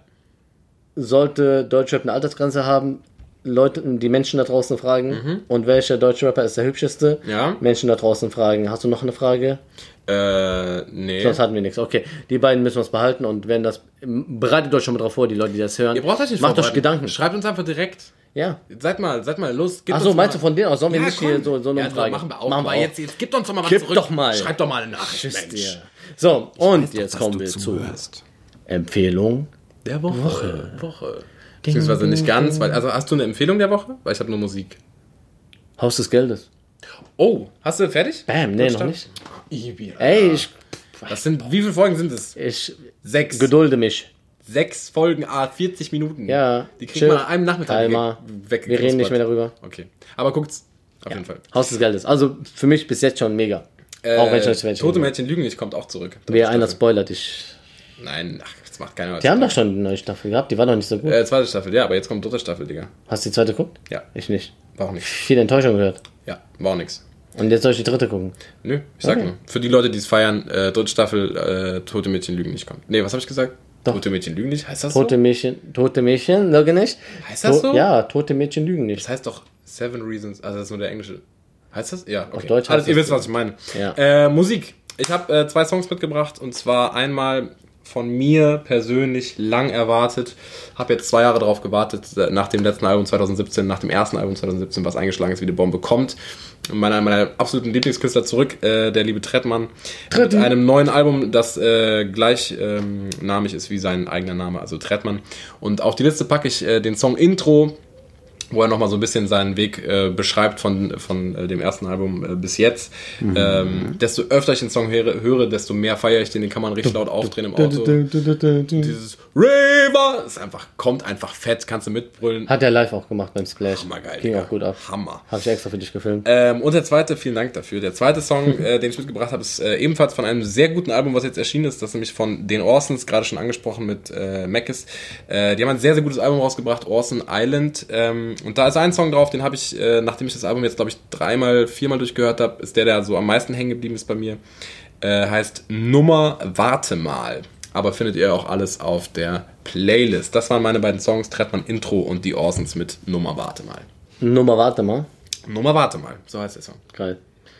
Sollte Deutschrap eine Altersgrenze haben, Leute, die Menschen da draußen fragen, mhm. und welcher deutsche Rapper ist der hübscheste? Ja. Menschen da draußen fragen. Hast du noch eine Frage? Äh, nee. Sonst hatten wir nichts. Okay, die beiden müssen wir uns behalten und wenn das, bereitet euch schon mal drauf vor, die Leute, die das hören. Ihr braucht euch nicht Macht euch Gedanken. Schreibt uns einfach direkt. Ja. Seid mal, seid mal los. Achso, meinst du von denen aus? Sollen wir ja, nicht komm. hier so, so eine ja, Umfrage? machen wir auch. Machen wir mal. auch. Jetzt, jetzt gebt uns doch mal was Gib zurück. Doch mal. Schreibt doch mal eine Nachricht, Mensch. So, ich und weiß jetzt doch, kommen wir zu Empfehlung der Woche. Woche. Woche. Beziehungsweise nicht ganz, weil, also hast du eine Empfehlung der Woche? Weil ich habe nur Musik. Haus des Geldes. Oh, hast du fertig? Bam, nee, noch nicht. Ibi, Ey, ich... Das sind, wie viele Folgen sind es? Ich... Sechs. Gedulde mich. Sechs Folgen, ah, vierzig Minuten. Ja. Die kriegt man an einem Nachmittag weg. Wir reden nicht mehr darüber. Okay. Aber guckt's. Auf ja. jeden Fall. Haus des Geldes. Also für mich bis jetzt schon mega. Äh, auch wenn ich nicht Tote Mädchen lügen nicht, kommt auch zurück. Wer einer spoilert, ich... Nein, ach, das macht keiner. Die haben doch schon eine neue Staffel gehabt, die war noch nicht so gut. Äh, zweite Staffel, ja, aber jetzt kommt dritte Staffel, Digga. Hast du die zweite geguckt? Ja. Ich nicht. War auch nichts. Viel Enttäuschung gehört. Ja, war auch nichts. Und jetzt soll ich die dritte gucken? Nö, ich sag okay. nur. Für die Leute, die es feiern, äh, dritte Staffel, äh, Tote Mädchen lügen nicht kommt. Nee, was habe ich gesagt? Doch. Tote Mädchen lügen nicht, heißt das Tote so? Mädchen, Tote Mädchen, lügen nicht. Heißt das to- so? Ja, Tote Mädchen lügen nicht. Das heißt doch Seven Reasons, also das ist nur der englische. Heißt das? Ja, okay. Auf Deutsch heißt Alles, ihr das wisst, was ich meine. Ja. Äh, Musik. Ich habe äh, zwei Songs mitgebracht und zwar einmal von mir persönlich lang erwartet. Habe jetzt zwei Jahre darauf gewartet, nach dem letzten Album zwanzig siebzehn, nach dem ersten Album zwanzig siebzehn, was eingeschlagen ist wie eine Bombe, kommt. Meiner, meiner absoluten Lieblingskünstler zurück, äh, der liebe Trettmann, Tretten. Mit einem neuen Album, das äh, gleich ähm, namig ist wie sein eigener Name, also Trettmann. Und auf die Liste packe ich äh, den Song Intro wo er nochmal so ein bisschen seinen Weg äh, beschreibt von, von äh, dem ersten Album äh, bis jetzt. Mhm. Ähm, desto öfter ich den Song höre, höre, desto mehr feiere ich den, den kann man richtig laut aufdrehen im Auto. Dieses River ist einfach, kommt einfach fett, kannst du mitbrüllen. Hat er live auch gemacht beim Splash. Hammergeil. Ging Digga. auch gut ab. Hammer. Habe ich extra für dich gefilmt. Ähm, und der zweite, vielen Dank dafür, der zweite Song, äh, den ich mitgebracht habe, ist äh, ebenfalls von einem sehr guten Album, was jetzt erschienen ist. Das ist nämlich von den Orsons, gerade schon angesprochen mit äh, Mackes. Äh, die haben ein sehr, sehr gutes Album rausgebracht, Orson Island. Ähm, und da ist ein Song drauf, den habe ich, äh, nachdem ich das Album jetzt, glaube ich, dreimal, viermal durchgehört habe, ist der, der so am meisten hängen geblieben ist bei mir. Äh, heißt Nummer Warte mal. Aber findet ihr auch alles auf der Playlist. Das waren meine beiden Songs, Trettmann Intro und die Orsons mit Nummer Warte mal. Nummer Warte mal. Nummer Warte mal, so heißt der Song. Geil.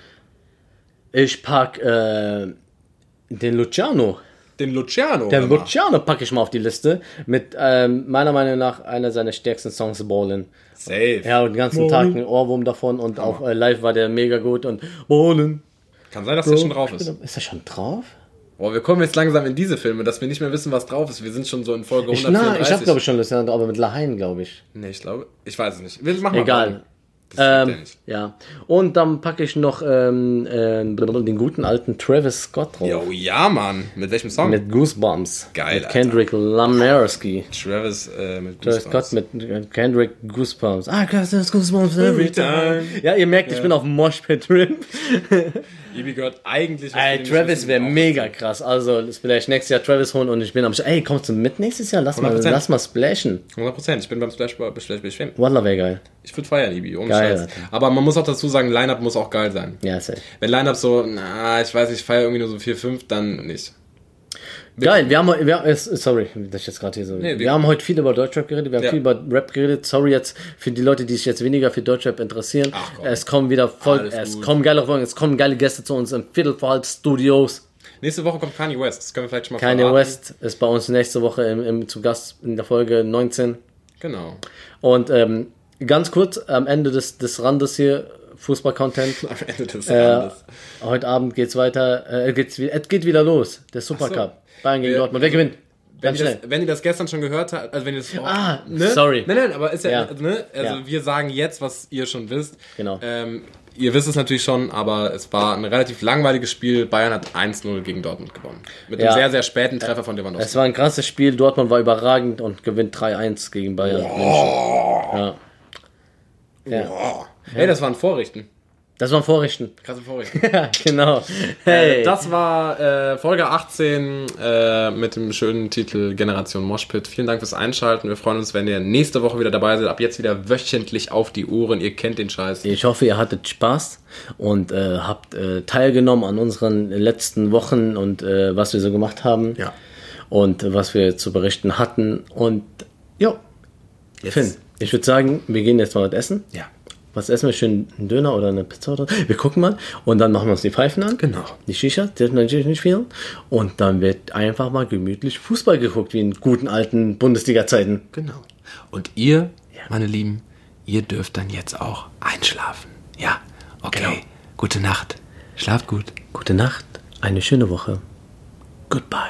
Ich pack äh, den Luciano. Den Luciano. Den Luciano packe ich mal auf die Liste. Mit ähm, meiner Meinung nach einer seiner stärksten Songs, Ballin'. Safe. Ja, und den ganzen Tag ein Ohrwurm davon und auch äh, live war der mega gut und Ballin'. Kann sein, dass der schon drauf ist. Ist er schon drauf? Boah, wir kommen jetzt langsam in diese Filme, dass wir nicht mehr wissen, was drauf ist. Wir sind schon so in Folge Ich, hundertvierunddreißig. na, ich habe glaube ich schon Luciano, aber mit Lahain, glaube ich. Nee, ich glaube, ich weiß es nicht. Wir machen mal. Egal. Das ähm, ja, nicht. Ja. Und dann packe ich noch ähm, äh, den guten alten Travis Scott drauf. Jo, ja, Mann. Mit welchem Song? Mit Goosebumps. Geil, mit Kendrick Lamarski. Travis äh, mit Travis Scott mit Kendrick Goosebumps. Ah, Goosebumps, Goosebumps every time. Ja, ihr merkt, ja. Ich bin auf dem Moshpit drin. Ibi gehört eigentlich... Ey, Travis wäre mega krass. Also, vielleicht nächstes Jahr Travis holen und ich bin am... Ey, kommst du mit nächstes Jahr? Lass mal, lass mal splashen. hundert Prozent. Ich bin beim Splash, Splash bin ich Fan. Wallah, wäre geil. Ich würde feiern, Ibi. Ohne geil, Scheiß. Aber man muss auch dazu sagen, Line-Up muss auch geil sein. Ja, safe. Wenn Line-Up so, na, ich weiß, ich feiere irgendwie nur so vier, fünf, dann nicht. Geil, wir haben, wir haben sorry, dass ich jetzt gerade hier so. Nee, wir, wir haben heute viel über Deutschrap geredet, wir haben ja. viel über Rap geredet. Sorry jetzt für die Leute, die sich jetzt weniger für Deutschrap interessieren. Ach, es kommen wieder voll, es gut. kommen geile Folgen, es kommen geile Gäste zu uns im Viertel vor halb Studios. Nächste Woche kommt Kanye West, das können wir vielleicht schon mal Kanye verraten. West ist bei uns nächste Woche im, im, zu Gast in der Folge neunzehn. Genau. Und ähm, ganz kurz, am Ende des, des Randes hier, Fußball-Content. Am Ende des Randes. Äh, heute Abend geht's weiter, äh, geht's, es geht wieder los, der Supercup. Bayern gegen ja. Dortmund. Wer gewinnt? Wenn ihr, das, wenn ihr das gestern schon gehört habt, also wenn ihr das ah, ne? sorry. Nein, nein, aber ist ja, ja. ne? Also ja. wir sagen jetzt, was ihr schon wisst. Genau. Ähm, ihr wisst es natürlich schon, aber es war ein relativ langweiliges Spiel. Bayern hat eins null gegen Dortmund gewonnen. Mit ja. einem sehr, sehr späten Treffer von Lewandowski. Es war ein krasses Spiel. Dortmund war überragend und gewinnt drei eins gegen Bayern. Oh. Ja. Ja. Oh. Hey, das waren Vorrichten. Das waren Vorrichten. Krasse Vorrichten. Ja, genau. Hey. Äh, das war äh, Folge achtzehn äh, mit dem schönen Titel Generation Moshpit. Vielen Dank fürs Einschalten. Wir freuen uns, wenn ihr nächste Woche wieder dabei seid. Ab jetzt wieder wöchentlich auf die Ohren. Ihr kennt den Scheiß. Ich hoffe, ihr hattet Spaß und äh, habt äh, teilgenommen an unseren letzten Wochen und äh, was wir so gemacht haben. Ja. Und äh, was wir zu berichten hatten. Und ja, Finn, ich würde sagen, wir gehen jetzt mal was essen. Ja. Was essen wir? Schön einen Döner oder eine Pizza oder so? Wir gucken mal und dann machen wir uns die Pfeifen an. Genau. Die Shisha, die dürfen natürlich nicht fehlen. Und dann wird einfach mal gemütlich Fußball geguckt, wie in guten alten Bundesliga-Zeiten. Genau. Und ihr, ja. meine Lieben, ihr dürft dann jetzt auch einschlafen. Ja, okay. Genau. Gute Nacht. Schlaft gut. Gute Nacht. Eine schöne Woche. Goodbye.